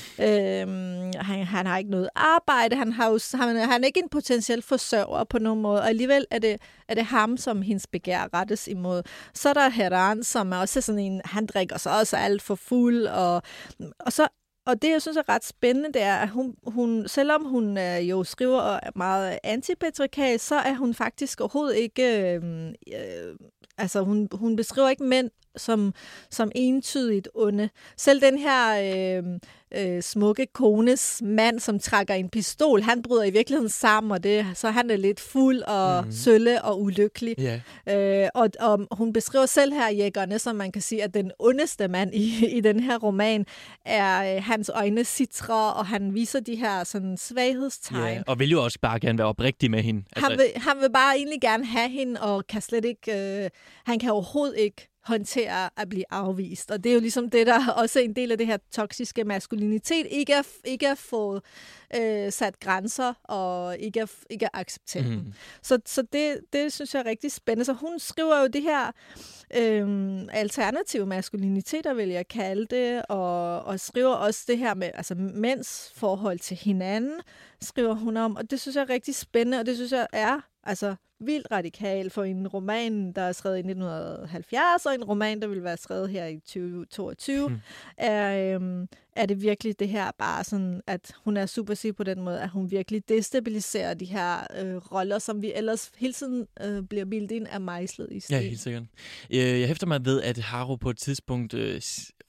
øh, han, han har ikke noget arbejde. Han, har jo, han, han er ikke en potentiel forsørger på nogen måde, og alligevel er det, er det ham, som hendes begær rettes imod. Så er der Heran, som er også sådan en, han drikker sig også alt for fuld, og, og så Og det, jeg synes er ret spændende, det er, at hun, hun selvom hun øh, jo skriver meget antipatriarkal, så er hun faktisk overhovedet ikke... Øh, øh, altså, hun, hun beskriver ikke mænd som, som entydigt onde. Selv den her øh, øh, smukke kones mand, som trækker en pistol, han bryder i virkeligheden sammen, og det, så han er lidt fuld og mm. sølle og ulykkelig. Yeah. Øh, og, og hun beskriver selv her jæggerne, som man kan sige, at den ondeste mand i, i den her roman er øh, hans øjne citrer, og han viser de her sådan svaghedstegn. Yeah. Og vil jo også bare gerne være oprigtig med hende. Altså... Han, vil, han vil bare egentlig gerne have hende, og kan slet ikke, øh, han kan overhovedet ikke håndtere at blive afvist. Og det er jo ligesom det, der også er en del af det her toksiske maskulinitet. Ikke at, ikke at få øh, sat grænser, og ikke at, ikke at acceptere mm. dem. Så, så det, det synes jeg er rigtig spændende. Så hun skriver jo det her øh, alternative maskuliniteter, vil jeg kalde det, og, og skriver også det her med altså mænds forhold til hinanden, skriver hun om. Og det synes jeg er rigtig spændende, og det synes jeg er altså vildt radikal for en roman, der er skrevet i nitten halvfjerds, og en roman, der vil være skrevet her i tyve toogtyve, hmm. er, øhm, er det virkelig det her bare sådan, at hun er subversiv på den måde, at hun virkelig destabiliserer de her øh, roller, som vi ellers hele tiden øh, bliver bildet ind af mejslet i sten. Ja, helt sikkert. Jeg hæfter mig ved, at Haru på et tidspunkt øh,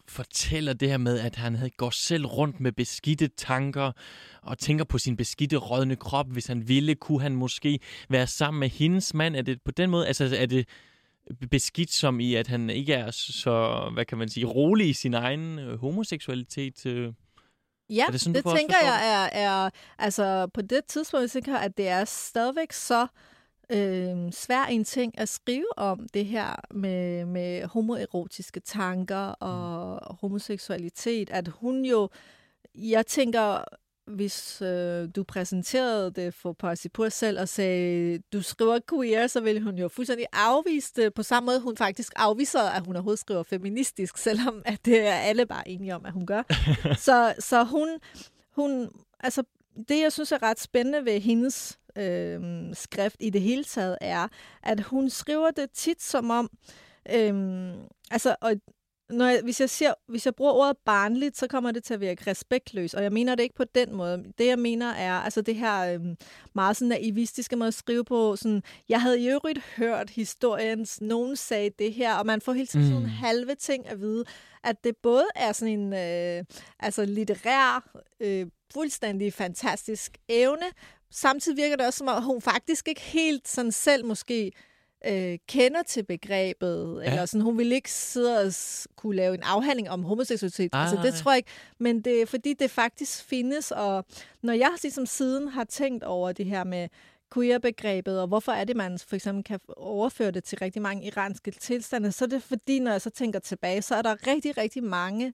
fortæller det her med, at han havde går selv rundt med beskidte tanker og tænker på sin beskidte, rådne krop. Hvis han ville, kunne han måske være sammen med hendes mand. Er det på den måde? Altså, er det beskidt som i, at han ikke er så, hvad kan man sige, rolig i sin egen øh, homoseksualitet? Øh? Ja, det, sådan, det tænker jeg er, er, altså på det tidspunkt, jeg tænker, at det er stadigvæk så øh, svær en ting at skrive om det her med, med homoerotiske tanker og mm. homoseksualitet, at hun jo, jeg tænker, hvis øh, du præsenterede det for Parsipur selv og sagde, du skriver queer, så ville hun jo fuldstændig afvise det. På samme måde, hun faktisk afviser, at hun overhovedet skriver feministisk, selvom at det er alle bare enige om, at hun gør. så, så hun, hun, altså det, jeg synes er ret spændende ved hendes øh, skrift i det hele taget, er, at hun skriver det tit som om, øh, altså, og Når jeg, hvis, jeg siger, hvis jeg bruger ordet barnligt, så kommer det til at virke respektløst, og jeg mener det ikke på den måde. Det, jeg mener, er altså det her øhm, meget sådan naivistiske måde at skrive på. Sådan, jeg havde i øvrigt hørt historien, nogen sagde det her, og man får hele tiden mm. sådan halve ting at vide, at det både er sådan en øh, altså litterær, øh, fuldstændig fantastisk evne. Samtidig virker det også som om, hun faktisk ikke helt sådan selv måske Øh, kender til begrebet, ja. Eller sådan, hun ville ikke sidde og s- kunne lave en afhandling om homoseksualitet. Ah, altså, det tror jeg ikke, men det er fordi, det faktisk findes, og når jeg ligesom siden har tænkt over det her med queer-begrebet, og hvorfor er det, man for eksempel kan overføre det til rigtig mange iranske tilstande, så er det fordi, når jeg så tænker tilbage, så er der rigtig, rigtig mange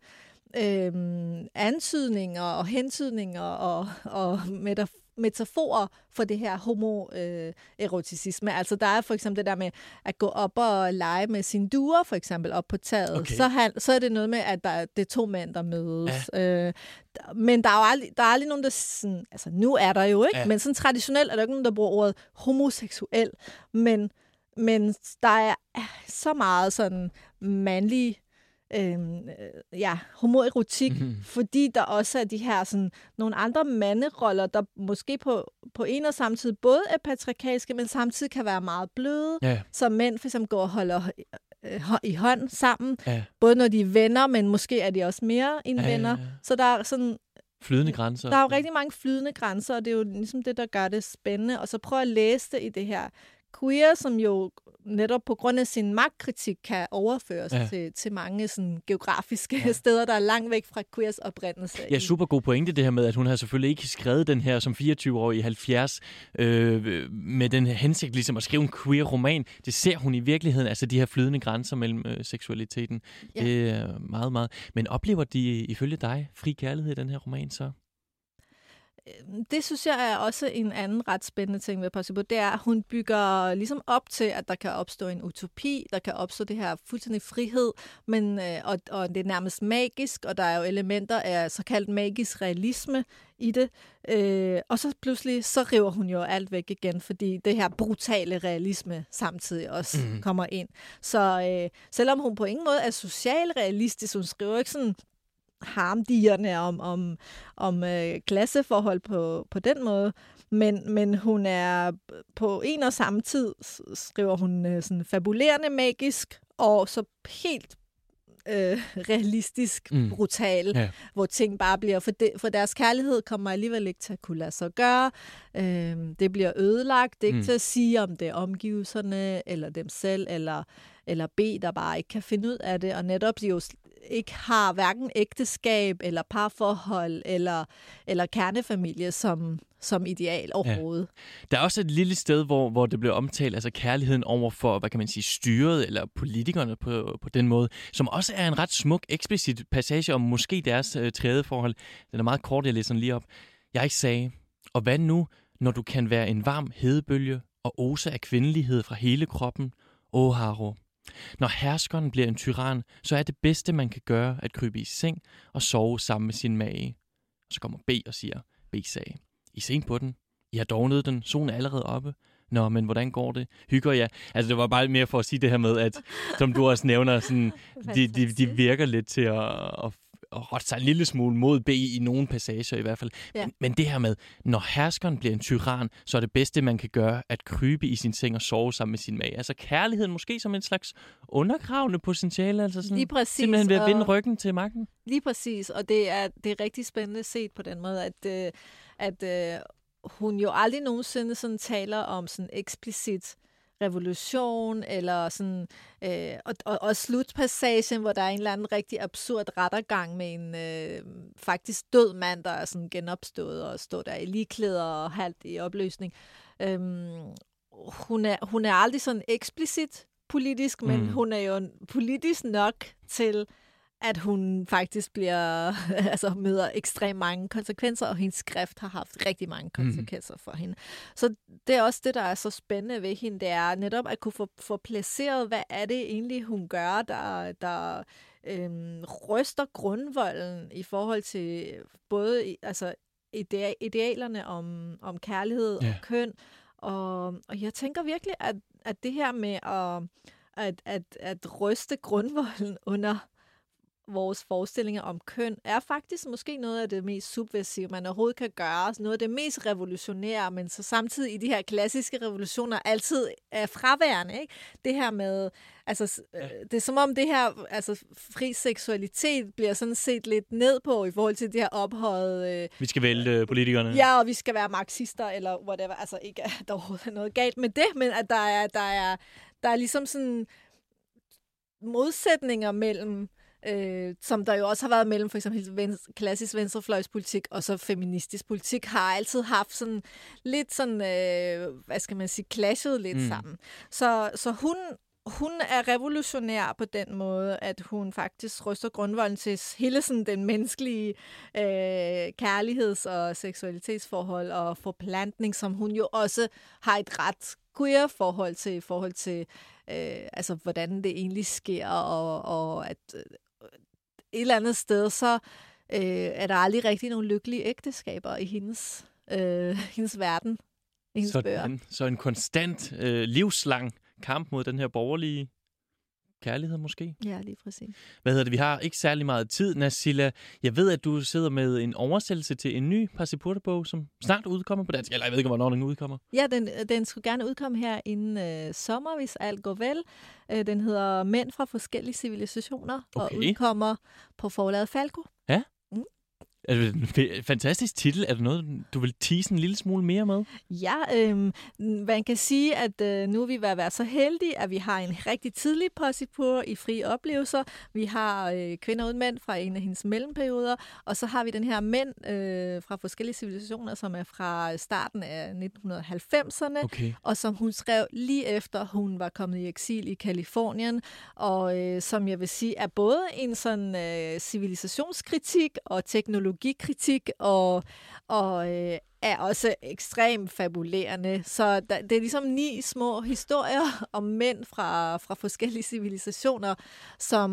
øhm, antydninger og hentydninger og, og metaf- metaforer for det her homoeroticisme. Øh, altså der er for eksempel det der med at gå op og lege med sine duer, for eksempel op på taget. Okay. Så, han, så er det noget med, at der, det er to mænd, der mødes. Ja. Øh, men der er jo aldrig, der er aldrig nogen, der sådan, altså nu er der jo ikke, ja. Men sådan traditionelt er der ikke nogen, der bruger ordet homoseksuel. Men, men der er så meget sådan mandlig Øhm, ja, homoerotik, mm-hmm. fordi der også er de her sådan, nogle andre manderoller, der måske på, på en og samme tid både er patriarkalske, men samtidig kan være meget bløde, yeah. så mænd for eksempel går og holder øh, i hånd sammen, yeah. både når de er venner, men måske er de også mere end yeah, venner. Yeah, yeah. Så der er sådan flydende grænser. Der er jo rigtig mange flydende grænser, og det er jo ligesom det, der gør det spændende. Og så prøv at læse det i det her queer, som jo netop på grund af sin magtkritik kan overføres ja. til, til mange sådan, geografiske ja. steder, der er langt væk fra queers oprindelse. Ja, super god pointe det her med, at hun har selvfølgelig ikke skrevet den her som fireogtyve-årig i halvfjerds øh, med den her hensigt ligesom at skrive en queer roman. Det ser hun i virkeligheden, altså de her flydende grænser mellem øh, seksualiteten. Ja. Det er meget, meget. Men oplever de ifølge dig fri kærlighed i den her roman så? Det synes jeg er også en anden ret spændende ting ved Parsipur. Det er, at hun bygger ligesom op til, at der kan opstå en utopi, der kan opstå det her fuldstændig frihed, men, og, og det er nærmest magisk, og der er jo elementer af såkaldt magisk realisme i det. Øh, og så pludselig, så river hun jo alt væk igen, fordi det her brutale realisme samtidig også mm. kommer ind. Så øh, selvom hun på ingen måde er socialrealistisk, hun skriver ikke sådan harmdierne om, om, om øh, klasseforhold på, på den måde, men, men hun er på en og samme tid, skriver hun øh, sådan fabulerende magisk, og så helt øh, realistisk mm. brutal, yeah. hvor ting bare bliver, for, de, for deres kærlighed kommer alligevel ikke til at kunne lade sig gøre. Øh, det bliver ødelagt, det er ikke mm. til at sige, om det er omgivelserne, eller dem selv, eller, eller B, der bare ikke kan finde ud af det, og netop de jo ikke har hverken ægteskab eller parforhold eller, eller kernefamilie som, som ideal overhovedet. Ja. Der er også et lille sted, hvor, hvor det bliver omtalt, altså kærligheden over for, hvad kan man sige, styret eller politikerne på, på den måde, som også er en ret smuk, eksplicit passage om måske deres øh, tredje forhold. Den er meget kort, jeg læser den lige op. Jeg sagde, og hvad nu, når du kan være en varm hedebølge og ose af kvindelighed fra hele kroppen? Åh, Haro. Når herskeren bliver en tyran, så er det bedste, man kan gøre, at krybe i seng og sove sammen med sin mage. Og så kommer B og siger, B sagde, I er sent på den. I har dognet den. Solen er allerede oppe. Nå, men hvordan går det? Hygger jeg? Altså, det var bare mere for at sige det her med, at som du også nævner, sådan, de, de, de virker lidt til at, at, rotte sig en lille smule mod B i nogle passager i hvert fald. Ja. Men, men det her med, når herskeren bliver en tyran, så er det bedste, man kan gøre, at krybe i sin seng og sove sammen med sin mage. Altså kærligheden måske som en slags undergravende potentiale. Altså sådan, lige præcis. Simpelthen ved at vinde ryggen til magten. Lige præcis, og det er, det er rigtig spændende set på den måde, at, øh, at øh, hun jo aldrig nogensinde sådan taler om sådan eksplicit revolution, eller sådan, øh, og, og, og slutpassagen, hvor der er en eller anden rigtig absurd rettergang med en øh, faktisk død mand, der er sådan genopstået og står der i ligklæder og halvt i opløsning. Øhm, hun, er, hun er aldrig sådan eksplicit politisk, men mm. hun er jo politisk nok til, at hun faktisk bliver, altså møder ekstremt mange konsekvenser, og hendes skrift har haft rigtig mange konsekvenser mm. for hende. Så det er også det, der er så spændende ved hende, det er netop at kunne få, få placeret, hvad er det egentlig, hun gør, der, der øhm, ryster grundvolden i forhold til både altså, idea- idealerne om, om kærlighed yeah. og køn. Og, og jeg tænker virkelig, at, at det her med at, at, at, at ryste grundvolden under vores forestillinger om køn, er faktisk måske noget af det mest subversive, man overhovedet kan gøre. Noget af det mest revolutionære, men så samtidig i de her klassiske revolutioner altid er fraværende. Ikke? Det her med, altså, ja. det er som om det her, altså fri seksualitet bliver sådan set lidt ned på i forhold til det her ophøjet. Øh, vi skal vælge politikerne. Ja, og vi skal være marxister, eller whatever. Altså ikke, at der overhovedet er noget galt med det, men at der er, der er, der er ligesom sådan modsætninger mellem Øh, som der jo også har været mellem for eksempel venstre, klassisk venstrefløjspolitik og så feministisk politik, har altid haft sådan lidt sådan, øh, hvad skal man sige, clashet lidt mm. sammen. Så, så hun, hun er revolutionær på den måde, at hun faktisk ryster grundvolden til hele sådan den menneskelige øh, kærligheds- og seksualitetsforhold og forplantning, som hun jo også har et ret queer forhold til, i forhold til øh, altså, hvordan det egentlig sker, og, og at øh, et eller andet sted, så øh, er der aldrig rigtig nogle lykkelige ægteskaber i hendes, øh, hendes verden, i hendes så, bøger. En, så en konstant, øh, livslang kamp mod den her borgerlige kærlighed måske? Ja, lige præcis. Hvad hedder det? Vi har ikke særlig meget tid, Nassila. Jeg ved, at du sidder med en oversættelse til en ny Pasipurte-bog, som snart udkommer på dansk. Eller jeg ved ikke, hvornår den udkommer. Ja, den, den skulle gerne udkomme her inden øh, sommer, hvis alt går vel. Øh, den hedder Mænd fra forskellige civilisationer, okay. og udkommer på forlaget Falco. Ja? Mm. Er det en fantastisk titel? Er der noget, du vil tease en lille smule mere med? Ja, øh, man kan sige, at øh, nu er vi ved at være så heldige, at vi har en rigtig tidlig Passipur i frie oplevelser. Vi har øh, Kvinder uden mænd fra en af hendes mellemperioder, og så har vi den her Mænd øh, fra forskellige civilisationer, som er fra starten af nitten halvfemserne, okay. og som hun skrev lige efter, hun var kommet i eksil i Kalifornien, og øh, som jeg vil sige, er både en sådan øh, civilisationskritik og teknologi kritik og, og øh, er også ekstremt fabulerende. Så der, det er ligesom ni små historier om mænd fra, fra forskellige civilisationer, som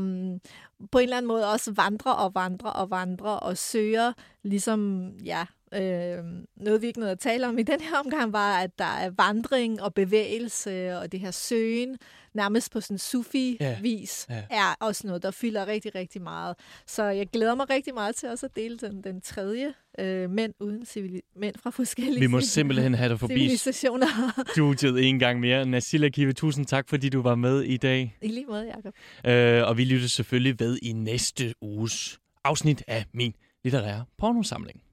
på en eller anden måde også vandrer og vandrer og vandrer og søger ligesom, ja, øh, noget vi ikke nåede at tale om i den her omgang, var, at der er vandring og bevægelse og det her søgen, nærmest på sådan sufi-vis, yeah. yeah. er også noget, der fylder rigtig, rigtig meget. Så jeg glæder mig rigtig meget til også at dele den, den tredje øh, mænd uden civili- mænd fra forskellige Vi må simpelthen have dig forbi civilisationer. Studiet en gang mere. Nassila Kive, tusind tak, fordi du var med i dag. I lige måde, Jacob. Øh, og vi lytter selvfølgelig ved i næste uges afsnit af min litterære pornosamling.